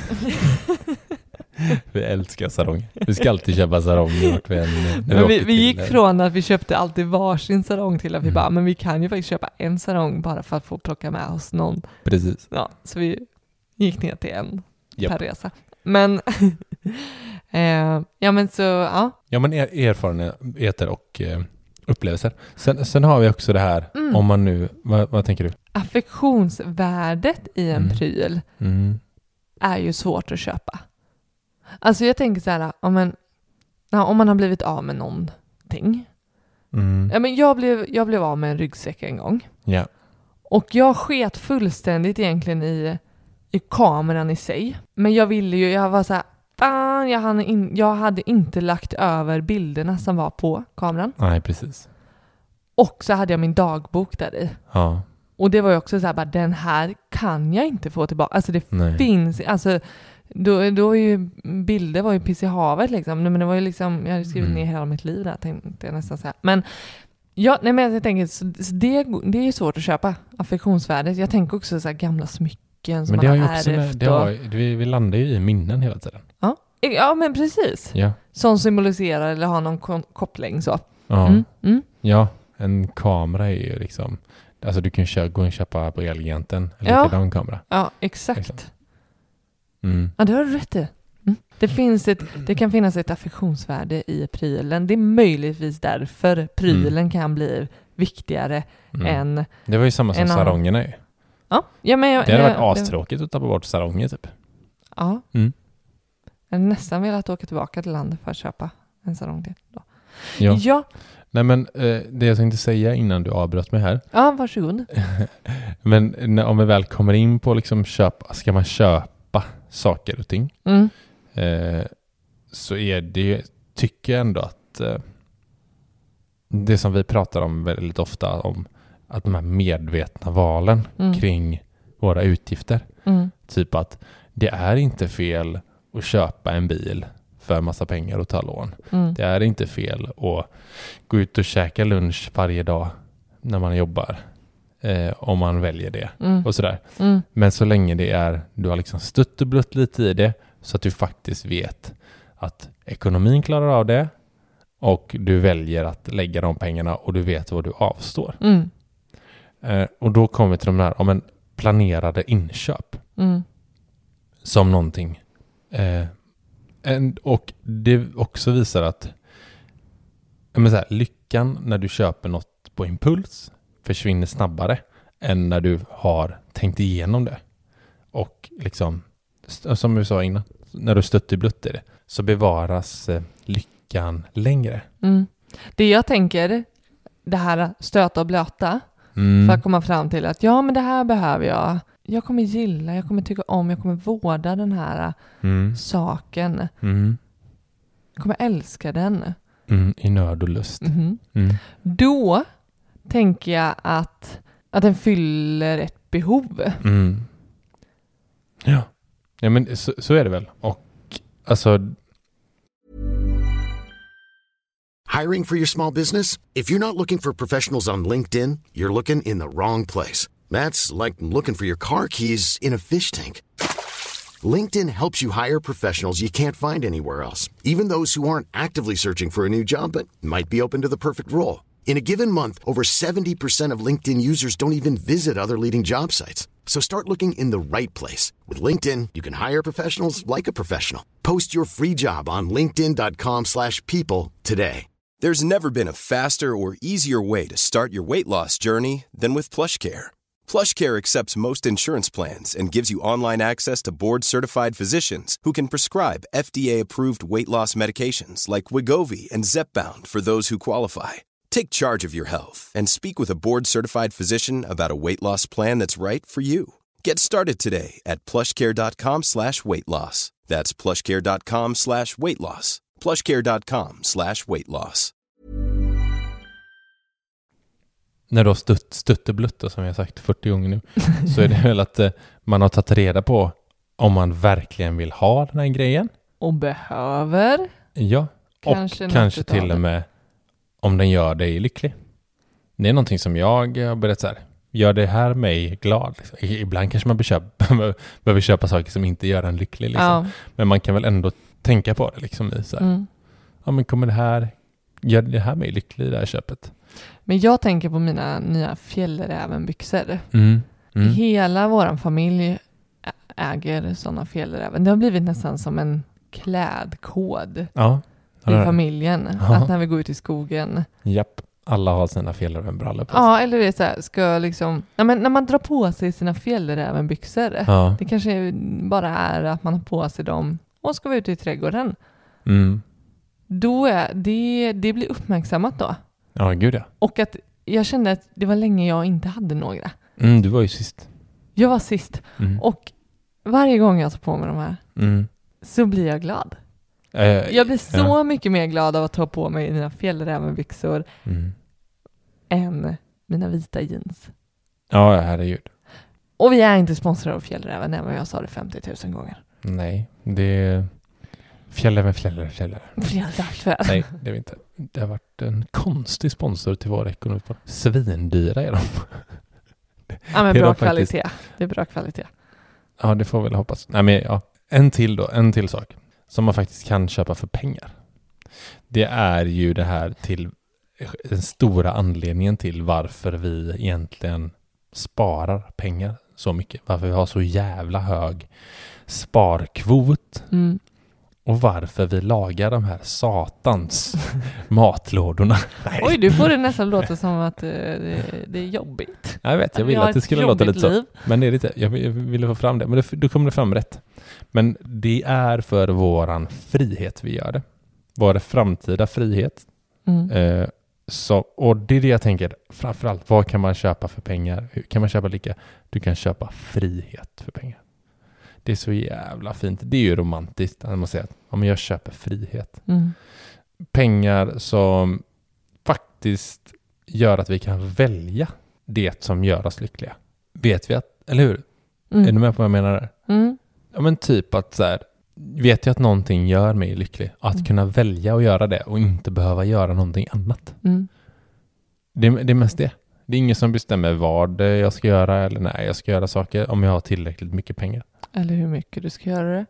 [SPEAKER 8] Vi älskar saronger. Vi ska alltid köpa saronger vart vi än, när
[SPEAKER 7] Men vi,
[SPEAKER 8] åker
[SPEAKER 7] vi gick
[SPEAKER 8] till-
[SPEAKER 7] från att vi köpte alltid varsin sarong till att vi
[SPEAKER 8] Mm.
[SPEAKER 7] bara, men vi kan ju faktiskt köpa en sarong bara för att få plocka med oss någon.
[SPEAKER 8] Precis.
[SPEAKER 7] Ja, så vi gick ner till en
[SPEAKER 8] Japp.
[SPEAKER 7] per resa. Men, eh, ja men så, ja.
[SPEAKER 8] Ja, men er, erfarenheter och eh, upplevelser. Sen, sen har vi också det här,
[SPEAKER 7] Mm.
[SPEAKER 8] om man nu, vad, vad tänker du?
[SPEAKER 7] Affektionsvärdet i en
[SPEAKER 8] Mm.
[SPEAKER 7] pryl
[SPEAKER 8] Mm.
[SPEAKER 7] är ju svårt att köpa. Alltså jag tänker så här, om, en, ja, om man har blivit av med någonting.
[SPEAKER 8] Mm.
[SPEAKER 7] Ja, men jag, blev, jag blev av med en ryggsäck en gång.
[SPEAKER 8] Ja.
[SPEAKER 7] Och jag sket fullständigt egentligen i, i kameran i sig. Men jag ville ju, jag var så här, fan, jag hade, in, jag hade inte lagt över bilderna som var på kameran.
[SPEAKER 8] Nej, precis.
[SPEAKER 7] Och så hade jag min dagbok där i.
[SPEAKER 8] Ja.
[SPEAKER 7] Och det var ju också så här, bara, den här kan jag inte få tillbaka. Alltså det
[SPEAKER 8] Nej.
[SPEAKER 7] finns, alltså då, då är ju bilder var ju piss i havet liksom. Men det var ju liksom, jag hade skrivit
[SPEAKER 8] Mm.
[SPEAKER 7] ner hela mitt liv där, tänkte jag nästan säga. Men ja, nej men jag tänker, så, så det, det är ju svårt att köpa, affektionsvärdet. Jag tänker också så här gamla smycken som
[SPEAKER 8] Men det har
[SPEAKER 7] man
[SPEAKER 8] ju
[SPEAKER 7] har
[SPEAKER 8] också med,
[SPEAKER 7] ärvt.
[SPEAKER 8] det
[SPEAKER 7] och-
[SPEAKER 8] har, vi, vi landar ju i minnen hela tiden.
[SPEAKER 7] Ja. ja, men precis.
[SPEAKER 8] Ja.
[SPEAKER 7] Som symboliserar eller har någon kon- koppling så.
[SPEAKER 8] Ja.
[SPEAKER 7] Mm, mm.
[SPEAKER 8] Ja, en kamera är ju liksom, alltså du kan köra, gå och köpa på Elgiganten, en
[SPEAKER 7] Ja.
[SPEAKER 8] likadan kamera.
[SPEAKER 7] Ja, exakt.
[SPEAKER 8] Exakt. Mm.
[SPEAKER 7] Ja, det har du rätt i. Mm. Det, finns ett, det kan finnas ett affektionsvärde i prylen. Det är möjligtvis därför prylen
[SPEAKER 8] Mm.
[SPEAKER 7] kan bli viktigare
[SPEAKER 8] Mm.
[SPEAKER 7] än...
[SPEAKER 8] Det var ju samma som
[SPEAKER 7] en annan-
[SPEAKER 8] sarongerna ju.
[SPEAKER 7] Ja, ja, men jag,
[SPEAKER 8] Det hade varit
[SPEAKER 7] jag-
[SPEAKER 8] astråkigt att tappa bort saronger typ.
[SPEAKER 7] Ja.
[SPEAKER 8] Mm.
[SPEAKER 7] Jag hade nästan velat åka tillbaka till landet för att köpa en sarong till. Då.
[SPEAKER 8] Ja.
[SPEAKER 7] Ja.
[SPEAKER 8] Nej, men eh, det jag tänkte säga innan du avbröt mig här.
[SPEAKER 7] Ja, varsågod.
[SPEAKER 8] Men när, om vi väl kommer in på liksom köpa, ska man köpa saker och ting,
[SPEAKER 7] Mm.
[SPEAKER 8] eh, så är det, tycker jag ändå att eh, det som vi pratar om väldigt ofta, om att de här medvetna valen
[SPEAKER 7] Mm.
[SPEAKER 8] kring våra utgifter.
[SPEAKER 7] Mm.
[SPEAKER 8] Typ att det är inte fel att köpa en bil för massa pengar och ta lån.
[SPEAKER 7] Mm.
[SPEAKER 8] Det är inte fel att gå ut och käka lunch varje dag när man jobbar. Eh, om man väljer det.
[SPEAKER 7] Mm.
[SPEAKER 8] Och sådär.
[SPEAKER 7] Mm.
[SPEAKER 8] Men så länge det är, du har liksom stött och blött lite i det, så att du faktiskt vet att ekonomin klarar av det och du väljer att lägga de pengarna och du vet vad du avstår.
[SPEAKER 7] Mm.
[SPEAKER 8] Eh, och då kommer vi till de här om en planerade inköp
[SPEAKER 7] Mm.
[SPEAKER 8] som någonting. Eh, en, och det också visar att jag menar så här, lyckan när du köper något på impuls försvinner snabbare än när du har tänkt igenom det. Och liksom, som vi sa innan, när du stött i blött i det, så bevaras eh, lyckan längre.
[SPEAKER 7] Mm. Det jag tänker, det här stöta och blöta,
[SPEAKER 8] Mm.
[SPEAKER 7] för att komma fram till att ja, men det här behöver jag. Jag kommer gilla, jag kommer tycka om, jag kommer vårda den här
[SPEAKER 8] Mm.
[SPEAKER 7] saken.
[SPEAKER 8] Mm.
[SPEAKER 7] Jag kommer älska den.
[SPEAKER 8] Mm. I nöd och lust.
[SPEAKER 7] Mhm.
[SPEAKER 8] Mm.
[SPEAKER 7] Då tänker jag att, att den fyller ett behov.
[SPEAKER 8] Mm. Ja. Ja, men så, så är det väl. Och alltså,
[SPEAKER 1] Hiring for your small business? If you're not looking for professionals on LinkedIn, you're looking in the wrong place. That's like looking for your car keys in a fish tank. LinkedIn helps you hire professionals you can't find anywhere else, even those who aren't actively searching for a new job but might be open to the perfect role. In a given month, over seventy percent of LinkedIn users don't even visit other leading job sites. So start looking in the right place. With LinkedIn, you can hire professionals like a professional. Post your free job on linkedin dot com slash people today.
[SPEAKER 9] There's never been a faster or easier way to start your weight loss journey than with PlushCare. PlushCare accepts most insurance plans and gives you online access to board-certified physicians who can prescribe F D A-approved weight loss medications like Wegovy and Zepbound for those who qualify. Take charge of your health and speak with a board-certified physician about a weight loss plan that's right for you. Get started today at plushcare.com slash weight loss. That's plushcare.com slash weight loss. plushcare.com slash weight loss.
[SPEAKER 8] när du har stött, stött och blött, som jag har sagt fyrtio gånger nu, så är det väl att eh, man har tagit reda på om man verkligen vill ha den här grejen.
[SPEAKER 7] och behöver.
[SPEAKER 8] Ja,
[SPEAKER 7] Kanske
[SPEAKER 8] och kanske
[SPEAKER 7] något utav
[SPEAKER 8] till och
[SPEAKER 7] det.
[SPEAKER 8] med om den gör dig lycklig. Det är någonting som jag har börjat så här, gör det här mig glad? Liksom. Ibland kanske man behöver, behöver köpa saker som inte gör en lycklig. Liksom.
[SPEAKER 7] Ja.
[SPEAKER 8] Men man kan väl ändå tänka på det. Liksom, i så här.
[SPEAKER 7] Mm.
[SPEAKER 8] Ja, men kommer det här, gör det här mig lycklig i det här köpet?
[SPEAKER 7] Men jag tänker på mina nya fjällrävenbyxor.
[SPEAKER 8] Mm. Mm.
[SPEAKER 7] Hela våran familj ä- äger sådana fjällräven. Det har blivit nästan som en klädkod
[SPEAKER 8] Ja.
[SPEAKER 7] i familjen.
[SPEAKER 8] Ja.
[SPEAKER 7] Att när vi går ut i skogen.
[SPEAKER 8] Japp, alla har sina fjällrävenbrallor på sig.
[SPEAKER 7] Ja, eller det är så här, ska liksom, ja, men när man drar på sig sina fjällrävenbyxor.
[SPEAKER 8] Ja.
[SPEAKER 7] Det kanske bara är att man har på sig dem och ska vara ute i trädgården.
[SPEAKER 8] Mm.
[SPEAKER 7] Då är det, det blir uppmärksammat då.
[SPEAKER 8] Ja, gud ja.
[SPEAKER 7] Och att jag kände att det var länge jag inte hade några.
[SPEAKER 8] Mm, du var ju sist.
[SPEAKER 7] Jag var sist.
[SPEAKER 8] Mm.
[SPEAKER 7] Och varje gång jag tar på mig de här
[SPEAKER 8] Mm.
[SPEAKER 7] så blir jag glad.
[SPEAKER 8] Eh,
[SPEAKER 7] Jag blir så
[SPEAKER 8] ja.
[SPEAKER 7] mycket mer glad av att ta på mig mina fjällrävenbyxor
[SPEAKER 8] Mm.
[SPEAKER 7] än mina vita jeans.
[SPEAKER 8] Ja, herregud.
[SPEAKER 7] Och vi är inte sponsrade av Fjällräven, även om jag sa det femtio tusen gånger.
[SPEAKER 8] Nej, det är fjällräven, fjällräven, fjällräven.
[SPEAKER 7] Fjällräven.
[SPEAKER 8] Nej, det är vi inte. Det har varit en konstig sponsor till vår ekonomi. Svindyra är de.
[SPEAKER 7] Ja, men
[SPEAKER 8] Det är
[SPEAKER 7] bra
[SPEAKER 8] de faktiskt.
[SPEAKER 7] kvalitet. Det är bra kvalitet.
[SPEAKER 8] Ja, det får vi väl hoppas. Nej, men ja. En till då, en till sak som man faktiskt kan köpa för pengar. Det är ju det här till den stora anledningen till varför vi egentligen sparar pengar så mycket. Varför vi har så jävla hög sparkvot.
[SPEAKER 7] Mm.
[SPEAKER 8] Och varför vi lagar de här satans matlådorna. Nej.
[SPEAKER 7] Oj, du får det nästan låta som att uh, det, det är jobbigt.
[SPEAKER 8] Jag vet, jag
[SPEAKER 7] Att
[SPEAKER 8] vill
[SPEAKER 7] vi har
[SPEAKER 8] att det
[SPEAKER 7] ett
[SPEAKER 8] skulle låta
[SPEAKER 7] jobbigt
[SPEAKER 8] lite
[SPEAKER 7] liv.
[SPEAKER 8] så. Men det är lite, jag ville få fram det. Men det, då kommer det fram rätt. Men det är för våran frihet vi gör det. Vår framtida frihet.
[SPEAKER 7] Mm.
[SPEAKER 8] Eh, så, och det är det jag tänker. Framförallt, vad kan man köpa för pengar? Hur kan man köpa lika? Du kan köpa frihet för pengar. Det är så jävla fint. Det är ju romantiskt när man säger att ja, men jag köper frihet.
[SPEAKER 7] Mm.
[SPEAKER 8] Pengar som faktiskt gör att vi kan välja det som gör oss lyckliga. Vet vi att, eller hur?
[SPEAKER 7] Mm.
[SPEAKER 8] Är du med på vad jag menar där?
[SPEAKER 7] Mm.
[SPEAKER 8] Ja, men typ att så här, vet jag att någonting gör mig lycklig? Att
[SPEAKER 7] Mm.
[SPEAKER 8] kunna välja att göra det och inte behöva göra någonting annat.
[SPEAKER 7] Mm.
[SPEAKER 8] Det, det är mest det. Det är ingen som bestämmer vad jag ska göra eller nej, jag ska göra saker om jag har tillräckligt mycket pengar.
[SPEAKER 7] Eller hur mycket du ska göra det.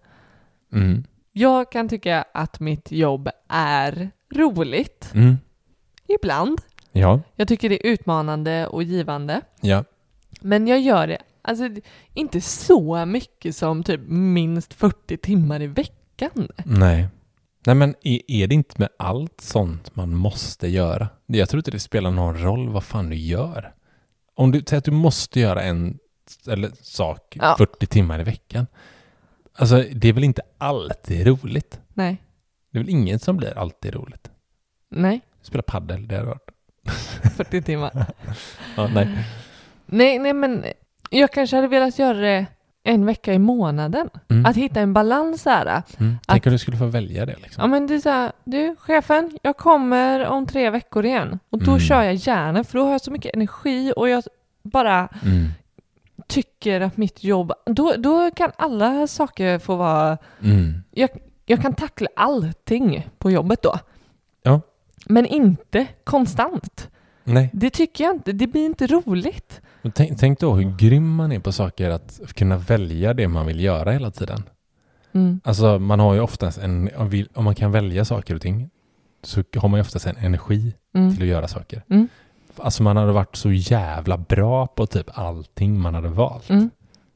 [SPEAKER 8] Mm.
[SPEAKER 7] Jag kan tycka att mitt jobb är roligt.
[SPEAKER 8] Mm.
[SPEAKER 7] Ibland.
[SPEAKER 8] Ja.
[SPEAKER 7] Jag tycker det är utmanande och givande.
[SPEAKER 8] Ja.
[SPEAKER 7] Men jag gör det alltså inte så mycket som typ minst fyrtio timmar i veckan.
[SPEAKER 8] Nej. Nej, men är, är det inte med allt sånt man måste göra? Jag tror inte det spelar någon roll vad fan du gör. Om du säger att du måste göra en eller sak
[SPEAKER 7] Ja.
[SPEAKER 8] fyrtio timmar i veckan. Alltså, det är väl inte alltid roligt?
[SPEAKER 7] Nej.
[SPEAKER 8] Det är väl ingen som blir alltid roligt?
[SPEAKER 7] Nej.
[SPEAKER 8] Spela paddel, det har varit.
[SPEAKER 7] fyrtio timmar.
[SPEAKER 8] Ja, nej.
[SPEAKER 7] Nej, nej, men jag kanske hade velat göra det en vecka i månaden.
[SPEAKER 8] Mm.
[SPEAKER 7] Att hitta en balans här.
[SPEAKER 8] Mm. Tänk om du skulle få välja det liksom.
[SPEAKER 7] Ja, men det är så här, du chefen, jag kommer om tre veckor igen. Och då
[SPEAKER 8] Mm.
[SPEAKER 7] kör jag gärna, för då har jag så mycket energi och jag bara
[SPEAKER 8] Mm.
[SPEAKER 7] tycker att mitt jobb, då, då kan alla saker få vara,
[SPEAKER 8] Mm.
[SPEAKER 7] jag, jag kan tackla allting på jobbet då.
[SPEAKER 8] Ja.
[SPEAKER 7] Men inte konstant.
[SPEAKER 8] Nej.
[SPEAKER 7] Det tycker jag inte, det blir inte roligt.
[SPEAKER 8] Men Tänk, tänk då hur grym man är på saker att kunna välja det man vill göra hela tiden.
[SPEAKER 7] Mm.
[SPEAKER 8] Alltså man har ju oftast en, om vi- om man kan välja saker och ting så har man ju oftast en energi
[SPEAKER 7] Mm.
[SPEAKER 8] till att göra saker.
[SPEAKER 7] Mm.
[SPEAKER 8] Alltså man hade varit så jävla bra på typ allting man hade valt.
[SPEAKER 7] Mm.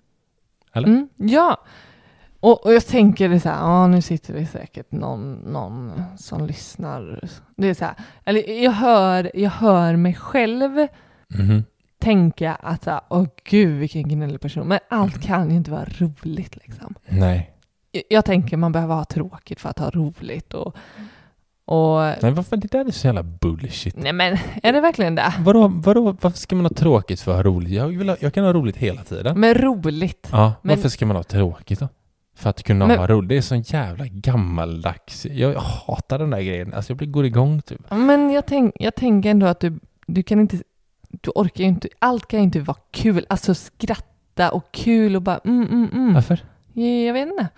[SPEAKER 8] Eller?
[SPEAKER 7] Mm, ja. Och, och jag tänker det så här, ja, nu sitter det säkert någon, någon som lyssnar. Det är så här, eller jag hör, jag hör mig själv
[SPEAKER 8] Mhm.
[SPEAKER 7] tänka att så här, åh gud vilken gnällig person. Men allt kan ju inte vara roligt liksom.
[SPEAKER 8] Nej.
[SPEAKER 7] Jag, jag tänker man behöver ha tråkigt för att ha roligt och, och
[SPEAKER 8] Nej, varför det där är så jävla bullshit.
[SPEAKER 7] nej men är det verkligen det?
[SPEAKER 8] Vadå, vadå, varför ska man ha tråkigt för att ha roligt? Jag, vill ha, jag kan ha roligt hela tiden.
[SPEAKER 7] Men roligt.
[SPEAKER 8] Ja,
[SPEAKER 7] men-
[SPEAKER 8] varför ska man ha tråkigt då? För att kunna
[SPEAKER 7] Men-
[SPEAKER 8] ha roligt. Det är sån jävla gammaldags. Jag hatar den där grejen. Alltså jag blir går igång typ.
[SPEAKER 7] Men jag, tänk, jag tänker ändå att du, du kan inte, du orkar ju inte, allt kan ju inte vara kul. Alltså skratta och kul och bara mm, mm, mm.
[SPEAKER 8] Varför?
[SPEAKER 7] Ja, jag vet inte.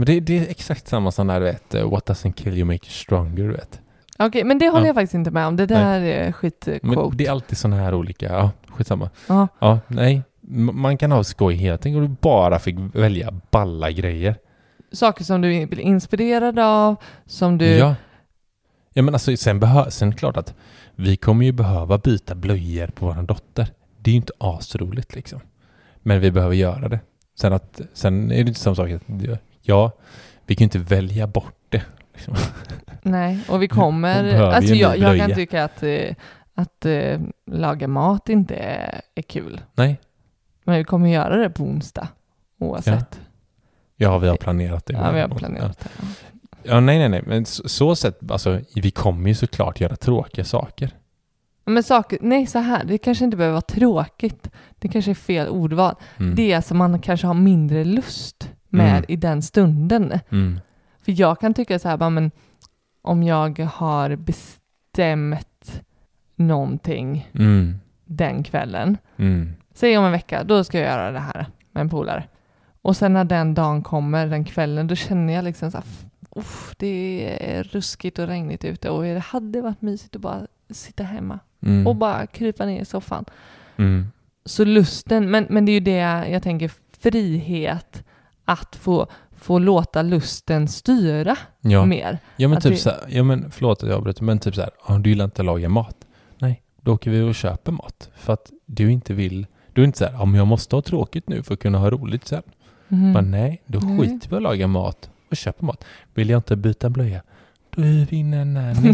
[SPEAKER 8] Men det, det är exakt samma som när du vet, uh, what doesn't kill you make you stronger, du vet.
[SPEAKER 7] Okej, okay, men det håller
[SPEAKER 8] ja.
[SPEAKER 7] jag faktiskt inte med om. Det där nej. är skitquote.
[SPEAKER 8] Men det är alltid såna här olika, ja, skitsamma.
[SPEAKER 7] Ja.
[SPEAKER 8] Ja, nej. M- man kan ha skoj helt enkelt och du bara fick välja balla grejer.
[SPEAKER 7] Saker som du blir inspirerad av, som du...
[SPEAKER 8] Ja. Ja, men alltså sen, behö- sen klart att vi kommer ju behöva byta blöjor på våran dotter. Det är ju inte asroligt liksom. Men vi behöver göra det. Sen, att, sen är det inte samma sak att ja, vi kan ju inte välja bort det. Liksom.
[SPEAKER 7] Nej, och vi kommer... Alltså jag, jag kan tycka att, att uh, laga mat inte är, är kul.
[SPEAKER 8] Nej.
[SPEAKER 7] Men vi kommer göra det på onsdag, oavsett.
[SPEAKER 8] Ja, ja vi har planerat det.
[SPEAKER 7] Ja, vi har planerat det.
[SPEAKER 8] Ja. Ja, nej, nej, nej. Men så, så sätt, alltså, vi kommer ju såklart göra tråkiga saker.
[SPEAKER 7] Men saker, nej så här, det kanske inte behöver vara tråkigt. Det kanske är fel ordval. Mm. Det som man kanske har mindre lust med mm. i den stunden.
[SPEAKER 8] Mm.
[SPEAKER 7] För jag kan tycka så här, bara, men om jag har bestämt någonting
[SPEAKER 8] mm.
[SPEAKER 7] den kvällen.
[SPEAKER 8] Mm.
[SPEAKER 7] Säg om en vecka, då ska jag göra det här med en polare. Och sen när den dagen kommer, den kvällen, då känner jag liksom så här, uff, det är ruskigt och regnigt ute och det hade varit mysigt att bara sitta hemma mm. och bara krypa ner i soffan.
[SPEAKER 8] Mm.
[SPEAKER 7] Så lusten, men, men det är ju det jag tänker, frihet att få, få låta lusten styra
[SPEAKER 8] ja.
[SPEAKER 7] mer.
[SPEAKER 8] Ja men
[SPEAKER 7] att
[SPEAKER 8] typ
[SPEAKER 7] det...
[SPEAKER 8] så här, ja men förlåt att jag avbryter, men typ så här, om du gillar inte att laga mat. Nej, då åker vi och köper mat. För att du inte vill, du är inte så här, om jag måste ha tråkigt nu för att kunna ha roligt sen. Mm. Men nej, då nej. skiter vi att laga mat och köpa mat. Vill jag inte byta blöja, då är vi inne nanny.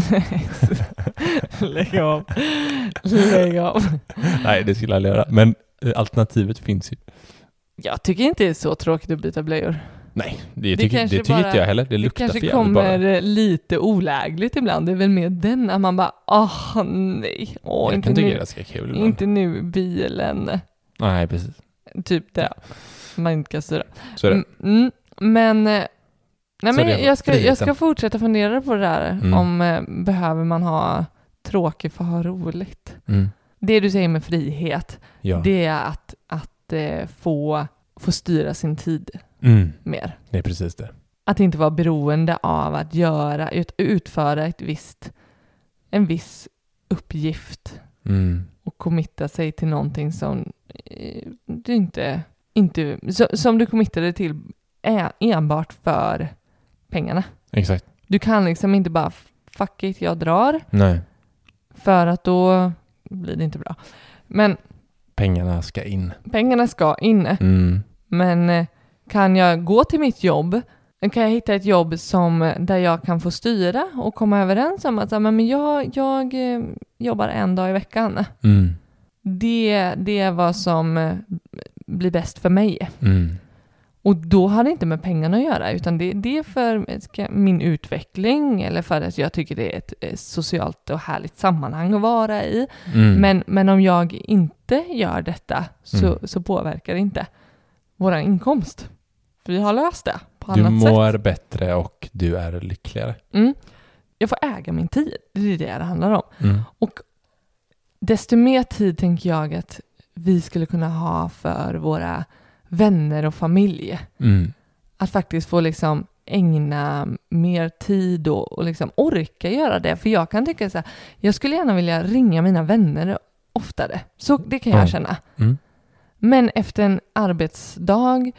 [SPEAKER 7] Lägg av. Lägg av.
[SPEAKER 8] Nej, det skulle jag göra. Men alternativet finns ju. Jag
[SPEAKER 7] tycker inte det är så tråkigt att byta blöjor.
[SPEAKER 8] Nej, det, det tycker, det tycker bara, inte jag heller. Det luktar
[SPEAKER 7] det
[SPEAKER 8] för
[SPEAKER 7] kanske kommer bara. Lite olägligt ibland. Det är väl mer den att man bara, åh oh, nej. Åh,
[SPEAKER 8] jag
[SPEAKER 7] inte
[SPEAKER 8] kan tycka
[SPEAKER 7] nu,
[SPEAKER 8] det ska kul ibland.
[SPEAKER 7] Inte nu bilen.
[SPEAKER 8] Nej, precis.
[SPEAKER 7] Typ det. Man inte kan styra.
[SPEAKER 8] Så är det.
[SPEAKER 7] Mm, men, nej, men jag, ska, jag ska fortsätta fundera på det där. Mm. Om eh, behöver man ha tråkigt för att ha roligt.
[SPEAKER 8] Mm.
[SPEAKER 7] Det du säger med frihet,
[SPEAKER 8] ja.
[SPEAKER 7] det är att, att eh, få, få styra sin tid
[SPEAKER 8] mm.
[SPEAKER 7] mer.
[SPEAKER 8] Det är precis det.
[SPEAKER 7] Att inte vara beroende av att göra, ut, utföra ett visst, en viss uppgift
[SPEAKER 8] mm.
[SPEAKER 7] och committa sig till någonting som eh, du inte, inte så, som du committade till är enbart för pengarna.
[SPEAKER 8] Exakt.
[SPEAKER 7] Du kan liksom inte bara fuck it, jag drar.
[SPEAKER 8] Nej.
[SPEAKER 7] För att då blir det inte bra. Men
[SPEAKER 8] pengarna ska in.
[SPEAKER 7] Pengarna ska in.
[SPEAKER 8] Mm.
[SPEAKER 7] Men kan jag gå till mitt jobb? Kan jag hitta ett jobb som, där jag kan få styra och komma överens om att men jag, jag jobbar en dag i veckan.
[SPEAKER 8] Mm.
[SPEAKER 7] Det, det är vad som blir bäst för mig.
[SPEAKER 8] Mm.
[SPEAKER 7] Och då har det inte med pengarna att göra, utan det, det är för min utveckling eller för att jag tycker det är ett socialt och härligt sammanhang att vara i.
[SPEAKER 8] Mm.
[SPEAKER 7] Men, men om jag inte gör detta så,
[SPEAKER 8] mm.
[SPEAKER 7] så påverkar det inte vår inkomst. För vi har löst det på
[SPEAKER 8] du
[SPEAKER 7] annat sätt.
[SPEAKER 8] Du mår bättre och du är lyckligare.
[SPEAKER 7] Mm. Jag får äga min tid, det är det det handlar om.
[SPEAKER 8] Mm.
[SPEAKER 7] Och desto mer tid tänker jag att vi skulle kunna ha för våra vänner och familj.
[SPEAKER 8] Mm.
[SPEAKER 7] Att faktiskt få liksom ägna mer tid och, och liksom orka göra det. För jag kan tycka så här, jag skulle gärna vilja ringa mina vänner oftare. Så det kan jag
[SPEAKER 8] mm.
[SPEAKER 7] känna.
[SPEAKER 8] Mm.
[SPEAKER 7] Men efter en arbetsdag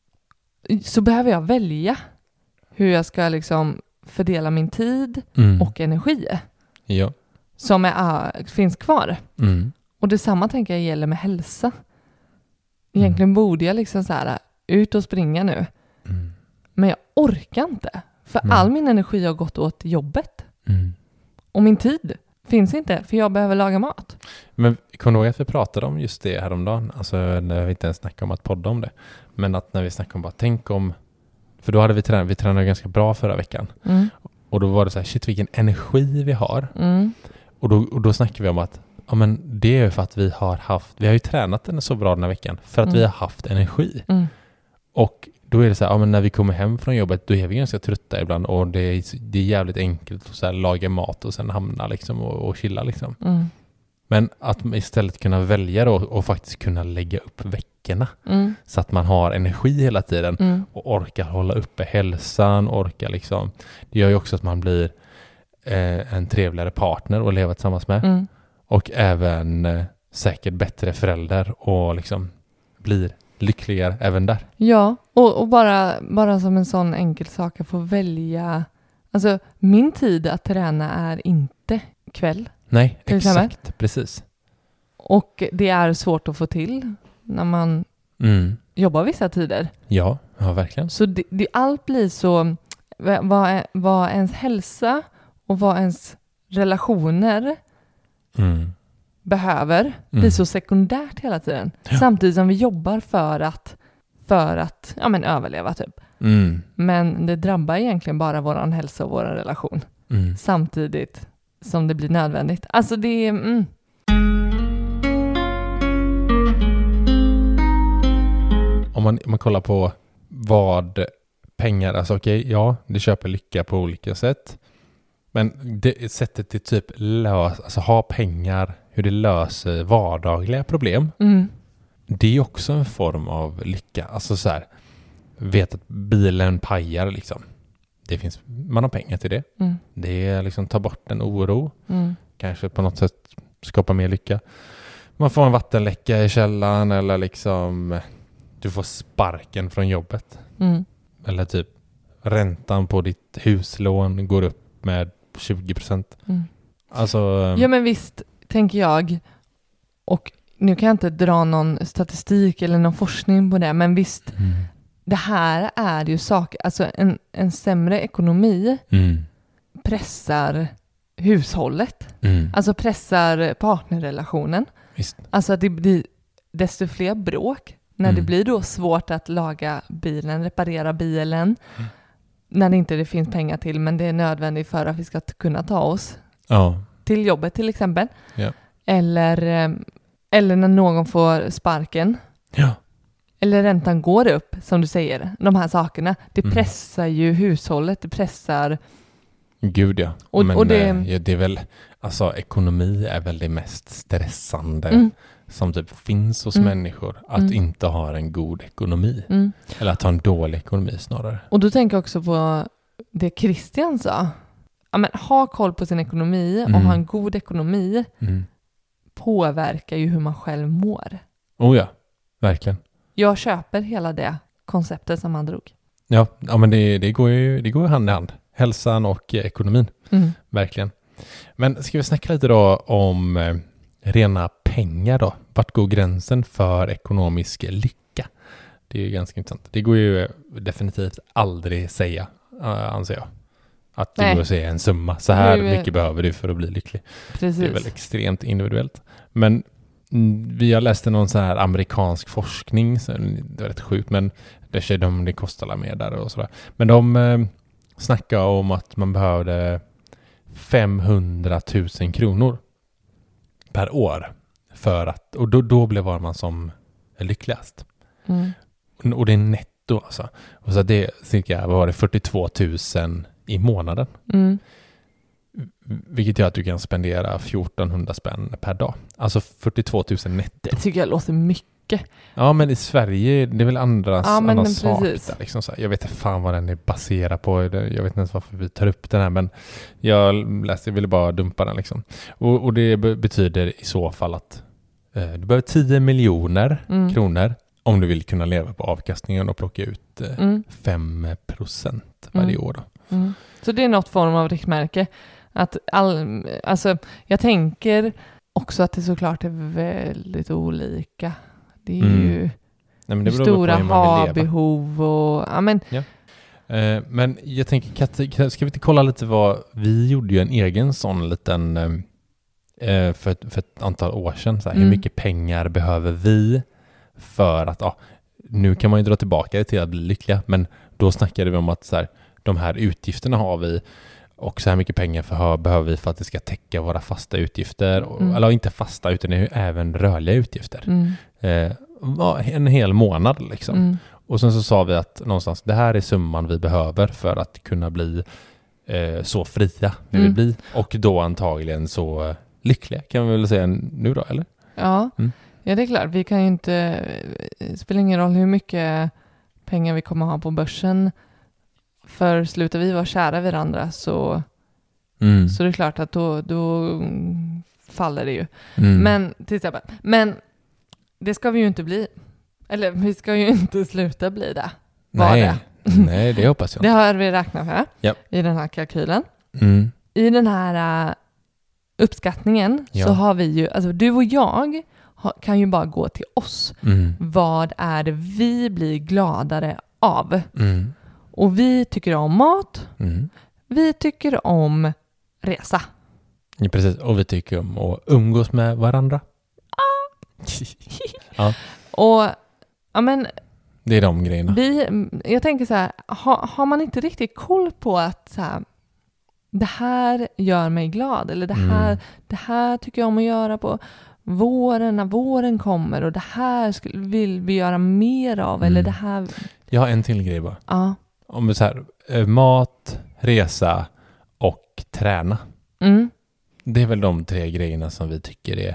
[SPEAKER 7] så behöver jag välja hur jag ska liksom fördela min tid
[SPEAKER 8] mm.
[SPEAKER 7] och energi.
[SPEAKER 8] Ja.
[SPEAKER 7] Som är, finns kvar.
[SPEAKER 8] Mm.
[SPEAKER 7] Och detsamma tänker jag gäller med hälsa. Egentligen mm. borde jag liksom så här ut och springa nu.
[SPEAKER 8] Mm.
[SPEAKER 7] Men jag orkar inte. För
[SPEAKER 8] mm.
[SPEAKER 7] all min energi har gått åt jobbet.
[SPEAKER 8] Mm.
[SPEAKER 7] Och min tid finns inte. För jag behöver laga mat.
[SPEAKER 8] Men kommer du ihåg att vi pratade om just det häromdagen? Alltså när vi inte ens snackade om att podda om det. Men att när vi snackade om bara tänk om... För då hade vi tränat, vi tränade ganska bra förra veckan.
[SPEAKER 7] Mm.
[SPEAKER 8] Och då var det så här, shit vilken energi vi har.
[SPEAKER 7] Mm.
[SPEAKER 8] Och, då, och då snackade vi om att ja, men det är ju för att vi har haft, vi har ju tränat den så bra den här veckan för att mm. vi har haft energi.
[SPEAKER 7] Mm.
[SPEAKER 8] Och då är det så här, ja, men när vi kommer hem från jobbet då är vi ganska trötta ibland och det är, det är jävligt enkelt att så här, laga mat och sen hamna liksom och, och chilla liksom.
[SPEAKER 7] Mm.
[SPEAKER 8] Men att istället kunna välja då och faktiskt kunna lägga upp veckorna
[SPEAKER 7] Mm.
[SPEAKER 8] så att man har energi hela tiden
[SPEAKER 7] Mm.
[SPEAKER 8] och orkar hålla uppe hälsan, orkar liksom. Det gör ju också att man blir eh, en trevligare partner att leva tillsammans med.
[SPEAKER 7] Mm.
[SPEAKER 8] Och även eh, säkert bättre förälder och liksom blir lyckligare även där.
[SPEAKER 7] Ja, och, och bara, bara som en sån enkel sak att få välja. Alltså min tid att träna är inte kväll.
[SPEAKER 8] Nej,
[SPEAKER 7] Till exempel.
[SPEAKER 8] exakt, precis.
[SPEAKER 7] Och det är svårt att få till när man
[SPEAKER 8] Mm.
[SPEAKER 7] jobbar vissa tider.
[SPEAKER 8] Ja, ja, verkligen.
[SPEAKER 7] Så det, det, allt blir så, vad, vad ens hälsa och vad ens relationer
[SPEAKER 8] Mm.
[SPEAKER 7] behöver
[SPEAKER 8] Mm.
[SPEAKER 7] blir så sekundärt hela tiden.
[SPEAKER 8] Ja.
[SPEAKER 7] Samtidigt som vi jobbar för att, för att ja, men överleva typ.
[SPEAKER 8] Mm.
[SPEAKER 7] Men det drabbar egentligen bara våran hälsa och våran relation.
[SPEAKER 8] Mm.
[SPEAKER 7] Samtidigt som det blir nödvändigt. Alltså det är... Mm.
[SPEAKER 8] Om man, om man kollar på vad pengar, alltså okej, okay, ja, det köper lycka på olika sätt. Men det sättet till typ lös, alltså ha pengar, hur det löser vardagliga problem.
[SPEAKER 7] Mm.
[SPEAKER 8] Det är också en form av lycka. Alltså så här, vet att bilen pajar liksom. Det finns, man har pengar till det.
[SPEAKER 7] Mm.
[SPEAKER 8] Det är liksom ta bort en oro.
[SPEAKER 7] Mm.
[SPEAKER 8] Kanske på något sätt skapa mer lycka. Man får en vattenläcka i källaren eller liksom du får sparken från jobbet.
[SPEAKER 7] Mm.
[SPEAKER 8] Eller typ räntan på ditt huslån går upp med tjugo procent.
[SPEAKER 7] Mm.
[SPEAKER 8] Alltså...
[SPEAKER 7] Ja men visst, tänker jag. Och nu kan jag inte dra någon statistik eller någon forskning på det. Men visst,
[SPEAKER 8] Mm.
[SPEAKER 7] det här är ju saker. Alltså en, en sämre ekonomi
[SPEAKER 8] Mm.
[SPEAKER 7] pressar hushållet.
[SPEAKER 8] Mm.
[SPEAKER 7] Alltså pressar partnerrelationen.
[SPEAKER 8] Visst.
[SPEAKER 7] Alltså att det blir desto fler bråk. När
[SPEAKER 8] Mm.
[SPEAKER 7] det blir då svårt att laga bilen, reparera bilen.
[SPEAKER 8] Mm.
[SPEAKER 7] När det inte det finns pengar till, men det är nödvändigt för att vi ska t- kunna ta oss
[SPEAKER 8] Ja.
[SPEAKER 7] till jobbet till exempel.
[SPEAKER 8] Ja.
[SPEAKER 7] Eller, eh, eller när någon får sparken.
[SPEAKER 8] Ja.
[SPEAKER 7] Eller räntan går upp, som du säger. De här sakerna. Det
[SPEAKER 8] Mm.
[SPEAKER 7] pressar ju hushållet. Det pressar...
[SPEAKER 8] Gud ja.
[SPEAKER 7] Och-
[SPEAKER 8] Men
[SPEAKER 7] och det-
[SPEAKER 8] eh, ja, det är väl, alltså ekonomi är väl det mest stressande
[SPEAKER 7] Mm.
[SPEAKER 8] som typ finns hos
[SPEAKER 7] Mm.
[SPEAKER 8] människor. Att
[SPEAKER 7] Mm.
[SPEAKER 8] inte ha en god ekonomi.
[SPEAKER 7] Mm.
[SPEAKER 8] Eller att ha en dålig ekonomi snarare.
[SPEAKER 7] Och då tänker jag också på det Christian sa. Ja, men ha koll på sin ekonomi och
[SPEAKER 8] Mm.
[SPEAKER 7] ha en god ekonomi
[SPEAKER 8] Mm.
[SPEAKER 7] påverkar ju hur man själv mår.
[SPEAKER 8] Oh ja, verkligen.
[SPEAKER 7] Jag köper hela det konceptet som han drog.
[SPEAKER 8] Ja, ja men det, det, går ju, det går ju hand i hand. Hälsan och eh, ekonomin.
[SPEAKER 7] Mm.
[SPEAKER 8] Verkligen. Men ska vi snacka lite då om eh, rena pengar då? Vart går gränsen för ekonomisk lycka? Det är ju ganska intressant. Det går ju definitivt aldrig säga, äh, anser jag. Att det
[SPEAKER 7] Nej.
[SPEAKER 8] går att säga en summa. Så här
[SPEAKER 7] Nu, eh,
[SPEAKER 8] mycket behöver du för att bli lycklig.
[SPEAKER 7] Precis.
[SPEAKER 8] Det är väl extremt individuellt. Men mm, vi har läst någon så här amerikansk forskning. Så det var rätt sjukt, men det, sig de, det kostar alla mer där och sådär. Men de eh, snackar om att man behövde femhundratusen kronor per år för att, och då, då blev man som lyckligast.
[SPEAKER 7] Mm.
[SPEAKER 8] Och det är netto alltså. Och så det är cirka, vad var det, fyrtiotvå tusen i månaden.
[SPEAKER 7] Mm.
[SPEAKER 8] Vilket gör att du kan spendera fjortonhundra spänn per dag. Alltså fyrtiotvå tusen netto.
[SPEAKER 7] Det tycker jag låter mycket.
[SPEAKER 8] Ja, men i Sverige, det är väl andra,
[SPEAKER 7] Ja, men
[SPEAKER 8] annan
[SPEAKER 7] den-
[SPEAKER 8] sak
[SPEAKER 7] precis.
[SPEAKER 8] där. Liksom så här. Jag vet inte fan vad den är baserad på. Jag vet inte ens varför vi tar upp den här, men jag läste, jag ville bara dumpa den liksom. Och, och det be- betyder i så fall att eh, du behöver tio miljoner
[SPEAKER 7] Mm.
[SPEAKER 8] kronor om du vill kunna leva på avkastningen och plocka ut eh,
[SPEAKER 7] Mm.
[SPEAKER 8] fem procent varje
[SPEAKER 7] Mm.
[SPEAKER 8] år då.
[SPEAKER 7] Mm. Så det är något form av riktmärke. Att all, alltså, jag tänker också att det såklart är väldigt olika. Det är
[SPEAKER 8] Mm.
[SPEAKER 7] ju
[SPEAKER 8] Nej, men det
[SPEAKER 7] hur
[SPEAKER 8] beror på
[SPEAKER 7] stora
[SPEAKER 8] hur man vill leva.
[SPEAKER 7] ha-behov och... Ja, men,
[SPEAKER 8] Eh, men jag tänker, Katte, ska vi inte kolla lite vad... Vi gjorde ju en egen sån liten... Eh, för, ett, för ett antal år sedan. Så här,
[SPEAKER 7] Mm.
[SPEAKER 8] Hur mycket pengar behöver vi för att... Ja, nu kan man ju dra tillbaka det till att bli lyckliga. Men då snackade vi om att så här, de här utgifterna har vi. Och så här mycket pengar för, behöver vi för att det ska täcka våra fasta utgifter. Och,
[SPEAKER 7] Mm.
[SPEAKER 8] Eller inte fasta, utan det är ju även rörliga utgifter.
[SPEAKER 7] mm,
[SPEAKER 8] Eh, ja, en hel månad liksom.
[SPEAKER 7] mm,
[SPEAKER 8] Och sen så sa vi att någonstans, det här är summan vi behöver för att kunna bli eh, så fria vi vill
[SPEAKER 7] Mm.
[SPEAKER 8] bli. Och då antagligen så lyckliga kan vi väl säga nu då, eller?
[SPEAKER 7] Ja,
[SPEAKER 8] Mm.
[SPEAKER 7] ja det är klart. Vi kan ju inte, det spelar ingen roll hur mycket pengar vi kommer ha på börsen. För slutar vi vara kära vid varandra så,
[SPEAKER 8] Mm.
[SPEAKER 7] så det är klart att då, då faller det ju.
[SPEAKER 8] Mm.
[SPEAKER 7] Men till exempel, men det ska vi ju inte bli. Eller vi ska ju inte sluta bli det. Var
[SPEAKER 8] Nej.
[SPEAKER 7] det.
[SPEAKER 8] Nej, det hoppas jag.
[SPEAKER 7] Det har vi räknat med
[SPEAKER 8] Ja.
[SPEAKER 7] i den här kalkylen.
[SPEAKER 8] Mm.
[SPEAKER 7] I den här uh, uppskattningen
[SPEAKER 8] Ja.
[SPEAKER 7] så har vi ju, alltså du och jag ha, kan ju bara gå till oss.
[SPEAKER 8] Mm.
[SPEAKER 7] Vad är det vi blir gladare av?
[SPEAKER 8] Mm.
[SPEAKER 7] Och vi tycker om mat.
[SPEAKER 8] Mm.
[SPEAKER 7] Vi tycker om resa.
[SPEAKER 8] Ja, precis. Och vi tycker om att umgås med varandra. Ja,
[SPEAKER 7] Och ja, men
[SPEAKER 8] det är de grejerna.
[SPEAKER 7] vi, jag tänker så här, ha, har man inte riktigt koll på att så här, det här gör mig glad, eller det här,
[SPEAKER 8] Mm.
[SPEAKER 7] det här tycker jag om att göra på våren, när våren kommer, och det här skulle, vill vi göra mer av,
[SPEAKER 8] Mm.
[SPEAKER 7] eller det här,
[SPEAKER 8] Jag har en till grej bara.
[SPEAKER 7] ja.
[SPEAKER 8] Om vi så här, eh, mat, resa och träna.
[SPEAKER 7] Mm.
[SPEAKER 8] Det är väl de tre grejerna som vi tycker är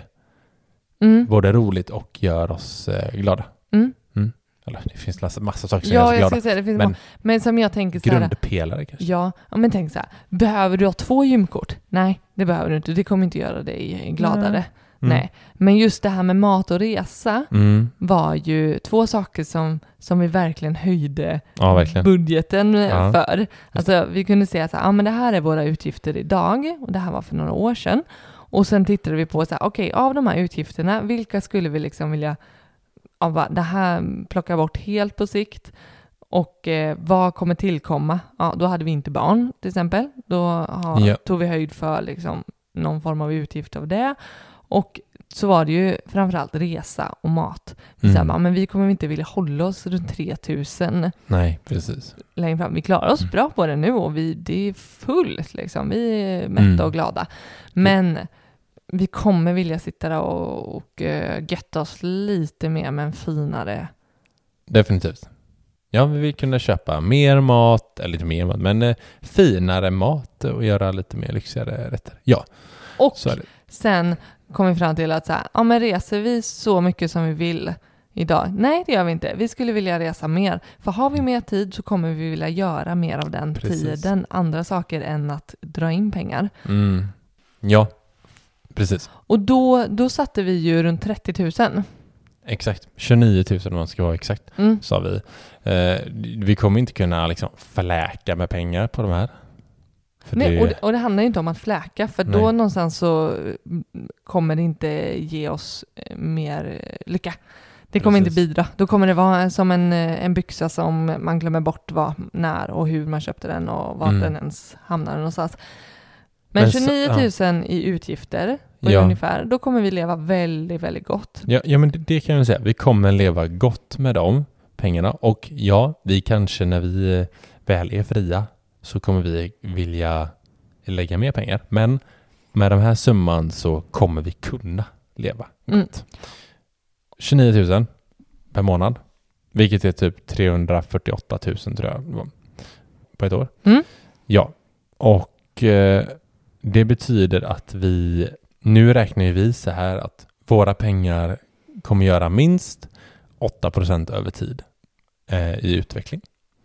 [SPEAKER 7] Mm.
[SPEAKER 8] både roligt och gör oss eh, glada.
[SPEAKER 7] Mm.
[SPEAKER 8] Eller det finns massa, massa saker som gör
[SPEAKER 7] Ja,
[SPEAKER 8] oss
[SPEAKER 7] jag
[SPEAKER 8] glada.
[SPEAKER 7] ska säga det finns
[SPEAKER 8] Men
[SPEAKER 7] men, men som jag tänker så här,
[SPEAKER 8] grundpelare kanske.
[SPEAKER 7] ja, ja, men tänk så här, behöver du ha två gymkort? Nej, det behöver du inte. Det kommer inte göra dig gladare.
[SPEAKER 8] Mm.
[SPEAKER 7] Nej, men just det här med mat och resa
[SPEAKER 8] Mm.
[SPEAKER 7] var ju två saker som, som vi verkligen höjde
[SPEAKER 8] Ja, verkligen.
[SPEAKER 7] budgeten
[SPEAKER 8] Ja.
[SPEAKER 7] för. Alltså vi kunde säga så här, ja men det här är våra utgifter idag, och det här var för några år sedan. Och sen tittade vi på så här, okej, av de här utgifterna, vilka skulle vi liksom vilja, ja, va, det här plocka bort helt på sikt, och eh, vad kommer tillkomma? Ja, då hade vi inte barn till exempel. Då ha,
[SPEAKER 8] Ja.
[SPEAKER 7] tog vi höjd för liksom någon form av utgift av det. Och så var det ju framförallt resa och mat. Vi
[SPEAKER 8] Mm.
[SPEAKER 7] sa, men vi kommer inte vilja hålla oss runt tre tusen
[SPEAKER 8] Nej, precis.
[SPEAKER 7] längre fram. Vi klarar oss
[SPEAKER 8] Mm.
[SPEAKER 7] bra på det nu, och vi, det är fullt liksom. Vi är mätta
[SPEAKER 8] Mm.
[SPEAKER 7] och glada. Men vi kommer vilja sitta där och, och uh, götta oss lite mer med en finare.
[SPEAKER 8] Definitivt. Ja, vi vill kunna köpa mer mat, eller lite mer mat, men eh, finare mat och göra lite mer lyxigare rätter. Ja,
[SPEAKER 7] Och
[SPEAKER 8] så är det.
[SPEAKER 7] sen kom vi fram till att så här, ja, men reser vi så mycket som vi vill idag? Nej, det gör vi inte. Vi skulle vilja resa mer. För har vi mer tid så kommer vi vilja göra mer av den
[SPEAKER 8] Precis.
[SPEAKER 7] tiden. Andra saker än att dra in pengar.
[SPEAKER 8] Mm. Ja, precis.
[SPEAKER 7] Och då, då satte vi ju runt trettio tusen.
[SPEAKER 8] Exakt. tjugonio tusen om man ska vara exakt,
[SPEAKER 7] Mm.
[SPEAKER 8] sa vi. Eh, vi kommer inte kunna liksom fläka med pengar på de här. För
[SPEAKER 7] Nej,
[SPEAKER 8] det,
[SPEAKER 7] och, det, och det handlar ju inte om att fläka, för då
[SPEAKER 8] Nej.
[SPEAKER 7] någonstans så mm, kommer det inte ge oss eh, mer eh, lycka. Det kommer
[SPEAKER 8] Precis.
[SPEAKER 7] inte bidra. Då kommer det vara som en, eh, en byxa som man glömmer bort vad, när och hur man köpte den och vart
[SPEAKER 8] Mm.
[SPEAKER 7] den ens hamnar någonstans. Men,
[SPEAKER 8] Men så-
[SPEAKER 7] tjugonio tusen i utgifter på
[SPEAKER 8] Ja.
[SPEAKER 7] ungefär, då kommer vi leva väldigt, väldigt gott.
[SPEAKER 8] Ja, ja, men det, det kan jag säga. Vi kommer leva gott med de pengarna. Och ja, vi kanske när vi eh, väl är fria så kommer vi vilja lägga mer pengar. Men med den här summan så kommer vi kunna leva
[SPEAKER 7] Mm.
[SPEAKER 8] gott. tjugonio tusen per månad. Vilket är typ trehundrafyrtioåtta tusen tror jag det var, på ett år.
[SPEAKER 7] Mm.
[SPEAKER 8] Ja, och eh, det betyder att vi, nu räknar vi så här att våra pengar kommer göra minst åtta procent över tid eh, i utveckling.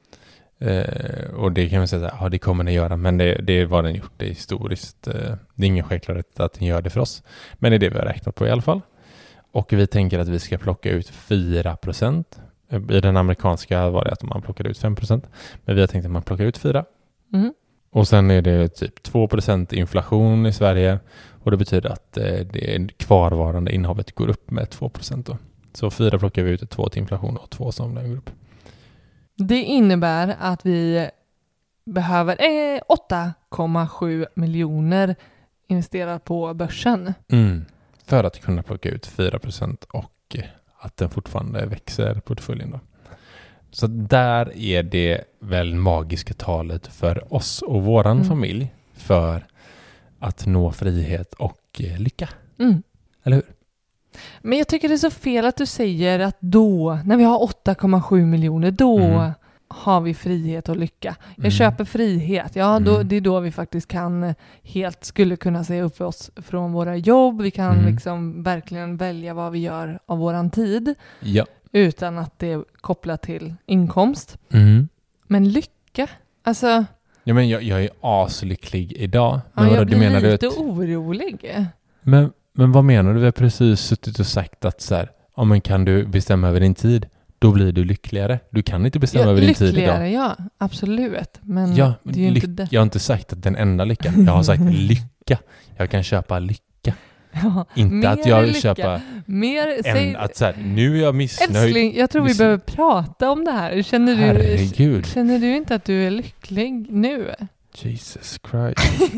[SPEAKER 8] Eh, och det kan man säga, ja det kommer den göra, men det, det är vad den gjort, det är historiskt. Eh, det är ingen självklarhet att den gör det för oss, men det är det vi har räknat på i alla fall. Och vi tänker att vi ska plocka ut fyra procent. I den amerikanska var det att man plockade ut fem procent, men vi har tänkt att man plockar ut fyra.
[SPEAKER 7] Mm.
[SPEAKER 8] Och sen är det typ två procent inflation i Sverige, och det betyder att eh, det kvarvarande innehavet går upp med två procent då. Så fyra plockar vi ut, två till inflation och två som den går upp.
[SPEAKER 7] Det innebär att vi behöver eh, åtta komma sju miljoner investerat på börsen.
[SPEAKER 8] Mm. För att kunna plocka ut fyra procent och eh, att den fortfarande växer portföljen då. Så där är det väl magiska talet för oss och våran
[SPEAKER 7] Mm.
[SPEAKER 8] familj för att nå frihet och eh, lycka.
[SPEAKER 7] Mm.
[SPEAKER 8] Eller hur?
[SPEAKER 7] Men jag tycker det är så fel att du säger att då, när vi har åtta komma sju miljoner, då,
[SPEAKER 8] Mm.
[SPEAKER 7] har vi frihet och lycka. Jag
[SPEAKER 8] Mm.
[SPEAKER 7] köper frihet. Ja, då,
[SPEAKER 8] Mm.
[SPEAKER 7] det är då vi faktiskt kan helt skulle kunna säga upp oss från våra jobb. Vi kan
[SPEAKER 8] Mm.
[SPEAKER 7] liksom verkligen välja vad vi gör av våran tid
[SPEAKER 8] Ja.
[SPEAKER 7] utan att det är kopplat till inkomst.
[SPEAKER 8] Mm.
[SPEAKER 7] Men lycka, alltså...
[SPEAKER 8] Ja, men jag, jag är aslycklig idag. Men
[SPEAKER 7] Ja,
[SPEAKER 8] vadå,
[SPEAKER 7] jag
[SPEAKER 8] du
[SPEAKER 7] blir
[SPEAKER 8] menar
[SPEAKER 7] lite
[SPEAKER 8] du att,
[SPEAKER 7] orolig.
[SPEAKER 8] men, men vad menar du? Vi har precis suttit och sagt att så här, ja, men kan du bestämma över din tid, då blir du lyckligare. Du kan inte bestämma
[SPEAKER 7] Ja,
[SPEAKER 8] över din tid
[SPEAKER 7] lyckligare,
[SPEAKER 8] idag.
[SPEAKER 7] ja. Absolut. Men
[SPEAKER 8] Ja,
[SPEAKER 7] det är ju inte
[SPEAKER 8] lyck-
[SPEAKER 7] det.
[SPEAKER 8] jag har inte sagt att den enda lyckan. Jag har sagt lycka. Jag kan köpa lycka.
[SPEAKER 7] Ja,
[SPEAKER 8] Inte
[SPEAKER 7] mer
[SPEAKER 8] att jag vill
[SPEAKER 7] lycka.
[SPEAKER 8] köpa
[SPEAKER 7] Mer, säg,
[SPEAKER 8] en, att så här, nu är jag missnöjd.
[SPEAKER 7] älskling, jag tror vi
[SPEAKER 8] Miss-
[SPEAKER 7] behöver prata om det här. Känner du,
[SPEAKER 8] Herregud.
[SPEAKER 7] känner du inte att du är lycklig nu?
[SPEAKER 8] Jesus Christ.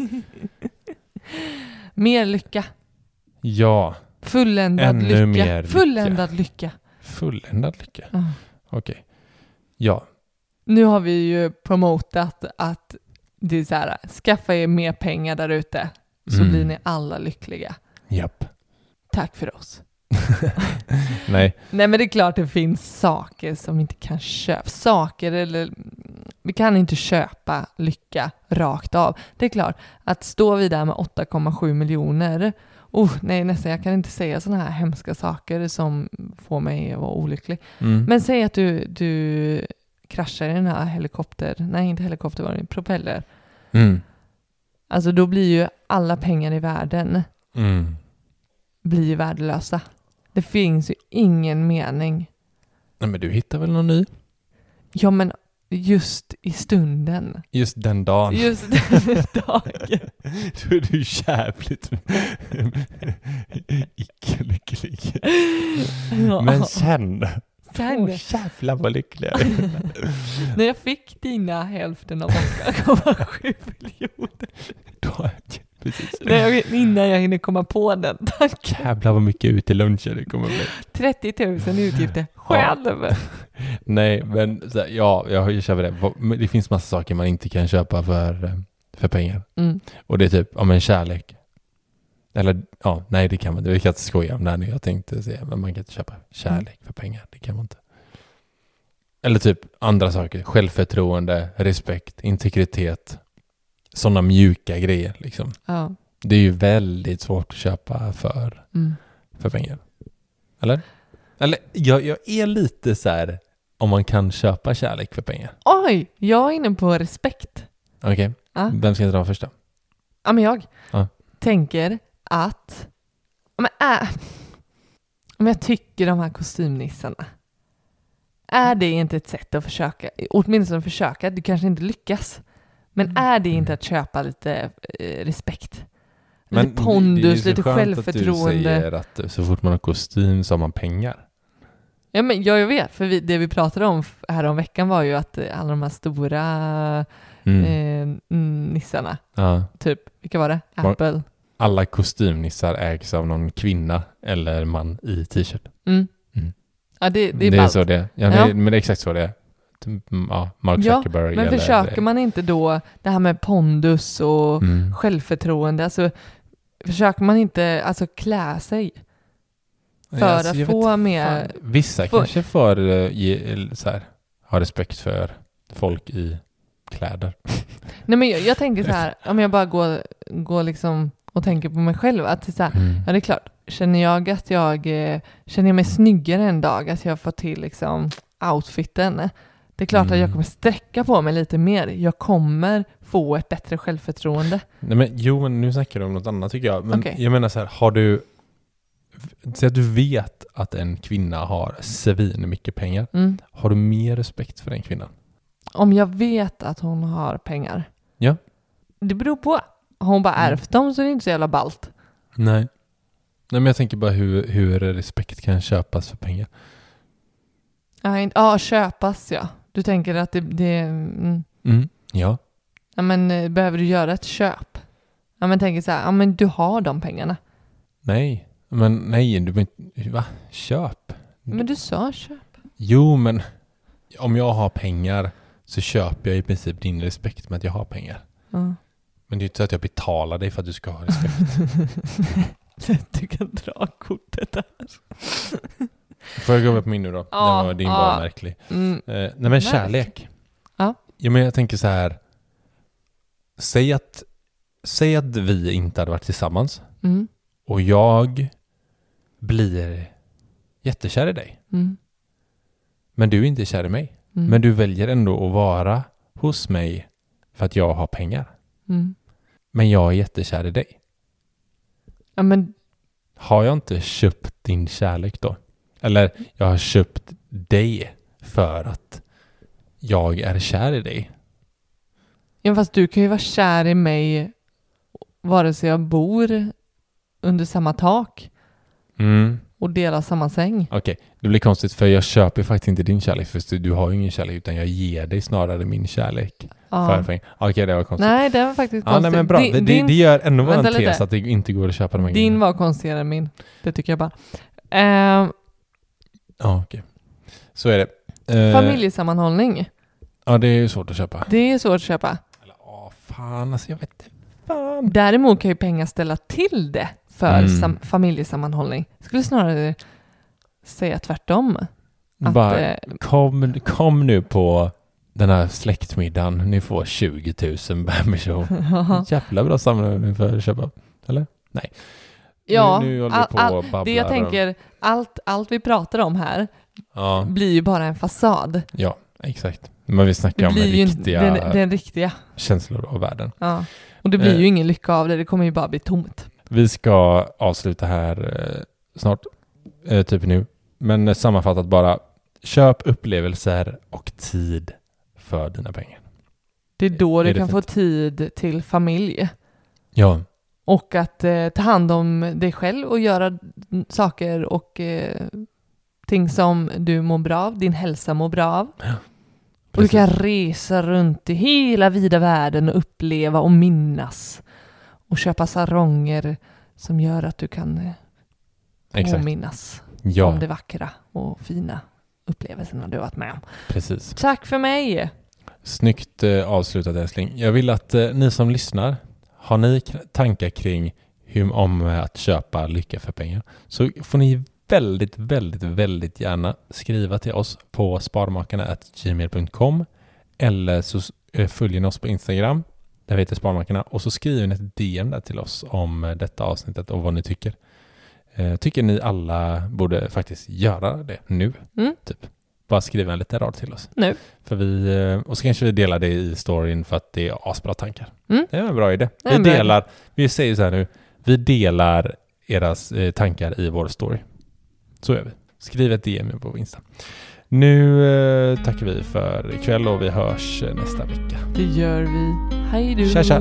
[SPEAKER 7] Mer lycka.
[SPEAKER 8] Ja,
[SPEAKER 7] Fulländad
[SPEAKER 8] Ännu
[SPEAKER 7] lycka.
[SPEAKER 8] mer lycka.
[SPEAKER 7] Fulländad lycka.
[SPEAKER 8] fulländad lycka.
[SPEAKER 7] Ja.
[SPEAKER 8] Okej. Ja.
[SPEAKER 7] Nu har vi ju promotat att det är så här, skaffa er mer pengar där ute så
[SPEAKER 8] Mm.
[SPEAKER 7] blir ni alla lyckliga.
[SPEAKER 8] Japp.
[SPEAKER 7] Tack för oss.
[SPEAKER 8] Nej.
[SPEAKER 7] Nej, men det är klart det finns saker som vi inte kan köpa. Saker eller... Vi kan inte köpa lycka rakt av. Det är klart att står vi där med åtta komma sju miljoner. Oh, nej, nästan jag kan inte säga sådana här hemska saker som får mig att vara olycklig.
[SPEAKER 8] Mm.
[SPEAKER 7] Men säg att du, du kraschar i den här helikopter. Nej, inte helikopter, var det propeller.
[SPEAKER 8] Mm.
[SPEAKER 7] Alltså då blir ju alla pengar i världen
[SPEAKER 8] Mm.
[SPEAKER 7] blir ju värdelösa. Det finns ju ingen mening.
[SPEAKER 8] Nej, men du hittar väl någon ny?
[SPEAKER 7] Ja, men just i stunden.
[SPEAKER 8] Just den dagen.
[SPEAKER 7] Just den dagen.
[SPEAKER 8] Då är du jävligt icke-lycklig.
[SPEAKER 7] Ja.
[SPEAKER 8] Men sen...
[SPEAKER 7] Sen,
[SPEAKER 8] Åh, jävlar vad lycklig jag är.
[SPEAKER 7] när jag fick dina hälften av åtta komma sju miljoner.
[SPEAKER 8] Då, precis.
[SPEAKER 7] När jag, innan jag hinner komma på den. Tack.
[SPEAKER 8] Jävlar vad mycket ut i lunchen det kommer bli.
[SPEAKER 7] trettio tusen utgifter själv.
[SPEAKER 8] Nej, men så här, ja, jag köper det. Men det finns massa saker man inte kan köpa för, för pengar.
[SPEAKER 7] Mm.
[SPEAKER 8] Och det är typ, ja men kärlek. Eller, ja, nej det kan man inte. Vi kan inte skoja om det här nu. Jag tänkte säga, men man kan inte köpa kärlek för pengar. Det kan man inte. Eller typ andra saker. Självförtroende, respekt, integritet. Sådana mjuka grejer liksom.
[SPEAKER 7] Ja.
[SPEAKER 8] Det är ju väldigt svårt att köpa för,
[SPEAKER 7] Mm.
[SPEAKER 8] för pengar. Eller? Eller, jag, jag är lite så här om man kan köpa kärlek för pengar.
[SPEAKER 7] Oj, jag är inne på respekt.
[SPEAKER 8] Okej, okay.
[SPEAKER 7] Ja.
[SPEAKER 8] Vem ska jag dra först då?
[SPEAKER 7] Ja, men jag
[SPEAKER 8] Ja.
[SPEAKER 7] tänker att ja, men, äh, om jag tycker de här kostymnissarna, är det inte ett sätt att försöka, åtminstone försöka, du kanske inte lyckas, men är det inte att köpa lite eh, respekt? Lite
[SPEAKER 8] Men
[SPEAKER 7] pondus,
[SPEAKER 8] det är ju så
[SPEAKER 7] lite
[SPEAKER 8] skönt
[SPEAKER 7] självförtroende.
[SPEAKER 8] att du säger att så fort man har kostym så har man pengar.
[SPEAKER 7] Ja, men jag vet, för vi, det vi pratade om här om veckan var ju att alla de här stora
[SPEAKER 8] Mm.
[SPEAKER 7] eh, nissarna,
[SPEAKER 8] Ja.
[SPEAKER 7] typ, vilka var det?
[SPEAKER 8] Var-
[SPEAKER 7] Apple.
[SPEAKER 8] Alla kostymnissar ägs av någon kvinna eller man i t-shirt.
[SPEAKER 7] Mm.
[SPEAKER 8] Mm.
[SPEAKER 7] Ja, det, det
[SPEAKER 8] Det
[SPEAKER 7] är
[SPEAKER 8] är,
[SPEAKER 7] ballt.
[SPEAKER 8] så det är. Ja,
[SPEAKER 7] Ja.
[SPEAKER 8] Det, men det är exakt så det är. Typ, mm, Ja, Mark
[SPEAKER 7] Ja,
[SPEAKER 8] Zuckerberg
[SPEAKER 7] men
[SPEAKER 8] eller...
[SPEAKER 7] försöker man inte då det här med pondus och
[SPEAKER 8] Mm.
[SPEAKER 7] självförtroende, alltså försöker man inte alltså klä sig för
[SPEAKER 8] Ja, alltså,
[SPEAKER 7] att
[SPEAKER 8] jag
[SPEAKER 7] få
[SPEAKER 8] vet
[SPEAKER 7] mer...
[SPEAKER 8] fan. Vissa
[SPEAKER 7] få-
[SPEAKER 8] kanske får uh, ge, så här, ha respekt för folk i kläder.
[SPEAKER 7] Nej, men jag, jag tänker så här, om jag bara går, går liksom och tänker på mig själv, att det är så här,
[SPEAKER 8] Mm.
[SPEAKER 7] ja det är klart, känner jag att jag eh, känner jag mig snyggare en dag, att jag får till liksom outfiten, det är klart
[SPEAKER 8] Mm.
[SPEAKER 7] att jag kommer sträcka på mig lite mer, jag kommer få ett bättre självförtroende.
[SPEAKER 8] Nej, men, jo, men nu snackar du om något annat tycker jag. Men
[SPEAKER 7] Okej.
[SPEAKER 8] jag menar så här, har du... Säg att du vet att en kvinna har svin mycket pengar.
[SPEAKER 7] Mm.
[SPEAKER 8] Har du mer respekt för den kvinnan?
[SPEAKER 7] Om jag vet att hon har pengar.
[SPEAKER 8] Ja.
[SPEAKER 7] Det beror på. Har hon bara
[SPEAKER 8] Mm.
[SPEAKER 7] ärvt dem så är det inte så jävla ballt.
[SPEAKER 8] Nej. Nej, men jag tänker bara hur, hur respekt kan köpas för pengar.
[SPEAKER 7] Ja, inte, ja, köpas ja. Du tänker att det... det mm.
[SPEAKER 8] Mm. Ja.
[SPEAKER 7] Ja, men eh, behöver du göra ett köp? Ja, men tänker så här, ja men du har de pengarna.
[SPEAKER 8] Nej. Men nej, du behöver inte... Va? Köp?
[SPEAKER 7] Men du sa köp.
[SPEAKER 8] Jo, men om jag har pengar så köper jag i princip din respekt med att jag har pengar.
[SPEAKER 7] Ja.
[SPEAKER 8] Men det är inte så att jag betalar dig för att du ska ha respekt.
[SPEAKER 7] Du kan dra kortet där.
[SPEAKER 8] Får jag gå med på min nu då?
[SPEAKER 7] Ja,
[SPEAKER 8] Den var din
[SPEAKER 7] ja.
[SPEAKER 8] bara märklig.
[SPEAKER 7] Mm.
[SPEAKER 8] Eh, nej men
[SPEAKER 7] Märk.
[SPEAKER 8] kärlek. Ja, men jag tänker så här. Säg att, säg att vi inte hade varit tillsammans.
[SPEAKER 7] Mm.
[SPEAKER 8] Och jag blir jättekär i dig.
[SPEAKER 7] Mm.
[SPEAKER 8] Men du är inte kär i mig.
[SPEAKER 7] Mm.
[SPEAKER 8] Men du väljer ändå att vara hos mig för att jag har pengar.
[SPEAKER 7] Mm.
[SPEAKER 8] Men jag är jättekär i dig.
[SPEAKER 7] Ja, men...
[SPEAKER 8] Har jag inte köpt din kärlek då? Eller jag har köpt dig för att jag är kär i dig.
[SPEAKER 7] Ja, fast du kan ju vara kär i mig vare sig jag bor under samma tak
[SPEAKER 8] Mm.
[SPEAKER 7] och delar samma säng.
[SPEAKER 8] Okej, okay. Det blir konstigt för jag köper faktiskt inte din kärlek för du har ju ingen kärlek utan jag ger dig snarare min kärlek.
[SPEAKER 7] Ja.
[SPEAKER 8] Okej, okay, det var konstigt.
[SPEAKER 7] Nej, det var faktiskt
[SPEAKER 8] ja,
[SPEAKER 7] konstigt.
[SPEAKER 8] Nej, men bra.
[SPEAKER 7] Din,
[SPEAKER 8] det, det gör ännu en tes
[SPEAKER 7] lite.
[SPEAKER 8] att det inte går att köpa de här
[SPEAKER 7] Din
[SPEAKER 8] grejerna.
[SPEAKER 7] var konstigare än min. Det tycker jag bara. Eh,
[SPEAKER 8] ja, okej. Okay. Så är det. Eh,
[SPEAKER 7] familjesammanhållning.
[SPEAKER 8] Ja, det är ju svårt att köpa.
[SPEAKER 7] Det är svårt att köpa.
[SPEAKER 8] Eller, åh, fan, alltså jag vet inte. Fan.
[SPEAKER 7] Däremot kan ju pengar ställa till det för
[SPEAKER 8] Mm.
[SPEAKER 7] sam- familjesammanhållning. Jag skulle snarare säga tvärtom. Att,
[SPEAKER 8] Bara,
[SPEAKER 7] eh,
[SPEAKER 8] kom, kom nu på den här släktmiddagen. Ni får tjugo tusen människor. Jävla bra sammanhållning för att köpa. Eller? Nej.
[SPEAKER 7] Ja,
[SPEAKER 8] nu, nu håller
[SPEAKER 7] all,
[SPEAKER 8] vi på
[SPEAKER 7] all,
[SPEAKER 8] och babblar
[SPEAKER 7] det jag
[SPEAKER 8] om-
[SPEAKER 7] tänker, allt, allt vi pratar om här
[SPEAKER 8] Ja,
[SPEAKER 7] blir ju bara en fasad.
[SPEAKER 8] ja, exakt. Men vi snackar
[SPEAKER 7] Det
[SPEAKER 8] om den
[SPEAKER 7] blir ju
[SPEAKER 8] riktiga
[SPEAKER 7] den, den riktiga.
[SPEAKER 8] känslor av världen.
[SPEAKER 7] Ja. Och det blir
[SPEAKER 8] Eh.
[SPEAKER 7] ju ingen lycka av det, det kommer ju bara bli tomt.
[SPEAKER 8] Vi ska avsluta här eh, snart, eh, typ nu. Men eh, sammanfattat bara, köp upplevelser och tid för dina pengar.
[SPEAKER 7] Det är då
[SPEAKER 8] Är
[SPEAKER 7] du
[SPEAKER 8] det
[SPEAKER 7] kan få
[SPEAKER 8] fint?
[SPEAKER 7] tid till familj.
[SPEAKER 8] Ja,
[SPEAKER 7] Och att eh, ta hand om dig själv och göra saker och eh, ting som du mår bra av, din hälsa mår bra av. Och du kan resa runt i hela vida världen och uppleva och minnas. Och köpa saronger som gör att du kan eh,
[SPEAKER 8] exakt.
[SPEAKER 7] påminnas
[SPEAKER 8] Ja,
[SPEAKER 7] om det vackra och fina upplevelserna du har varit med om.
[SPEAKER 8] precis.
[SPEAKER 7] Tack för mig!
[SPEAKER 8] Snyggt eh, avslutat, älskling. Jag vill att eh, ni som lyssnar, har ni k- tankar kring hur om att köpa lycka för pengar, så får ni väldigt, väldigt, väldigt gärna skriva till oss på sparmakarna at gmail punkt com eller så eh, följer ni oss på Instagram, där vi heter Sparmakarna, och så skriver ni ett D M där till oss om eh, detta avsnittet och vad ni tycker. Eh, tycker ni alla borde faktiskt göra det nu?
[SPEAKER 7] Mm.
[SPEAKER 8] Typ. Bara skriva en liten rad till oss.
[SPEAKER 7] Nu.
[SPEAKER 8] För vi, eh, och så kanske vi delar det i storyn för att det är asbra tankar.
[SPEAKER 7] Mm.
[SPEAKER 8] Det är en bra idé.
[SPEAKER 7] Det är
[SPEAKER 8] Vi
[SPEAKER 7] en bra
[SPEAKER 8] delar, vi säger så här nu, vi delar era eh, tankar i vår story. Så gör vi. Skriv ett D M på Insta. Nu eh, tackar vi för ikväll och vi hörs eh, nästa vecka.
[SPEAKER 7] Det gör vi. Hej du!
[SPEAKER 8] Tja, tja.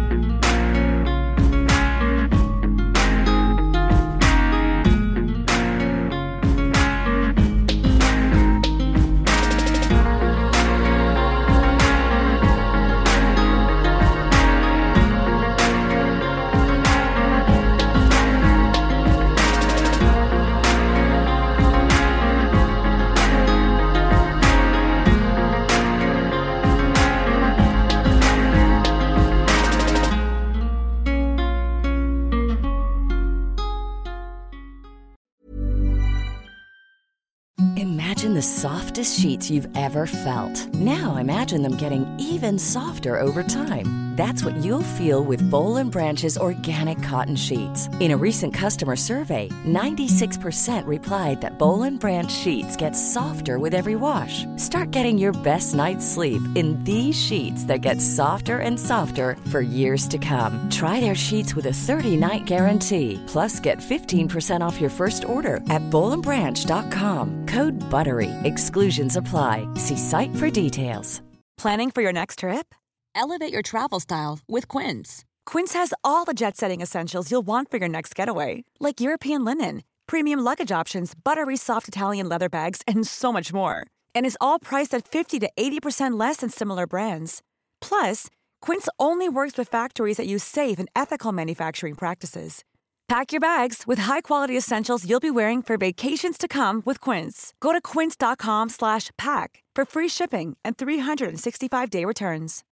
[SPEAKER 10] Imagine the softest sheets you've ever felt. Now imagine them getting even softer over time. That's what you'll feel with Boll and Branch's organic cotton sheets. In a recent customer survey, ninety-six percent replied that Boll and Branch sheets get softer with every wash. Start getting your best night's sleep in these sheets that get softer and softer for years to come. Try their sheets with a thirty-night guarantee. Plus, get fifteen percent off your first order at boll and branch dot com. Code BUTTERY. Exclusions apply. See site for details.
[SPEAKER 11] Planning for your next trip? Elevate your travel style with Quince. Quince has all the jet-setting essentials you'll want for your next getaway, like European linen, premium luggage options, buttery soft Italian leather bags, and so much more. And is all priced at fifty to eighty percent less than similar brands. Plus, Quince only works with factories that use safe and ethical manufacturing practices. Pack your bags with high-quality essentials you'll be wearing for vacations to come with Quince. Go to quince dot com slash pack for free shipping and three sixty-five day returns.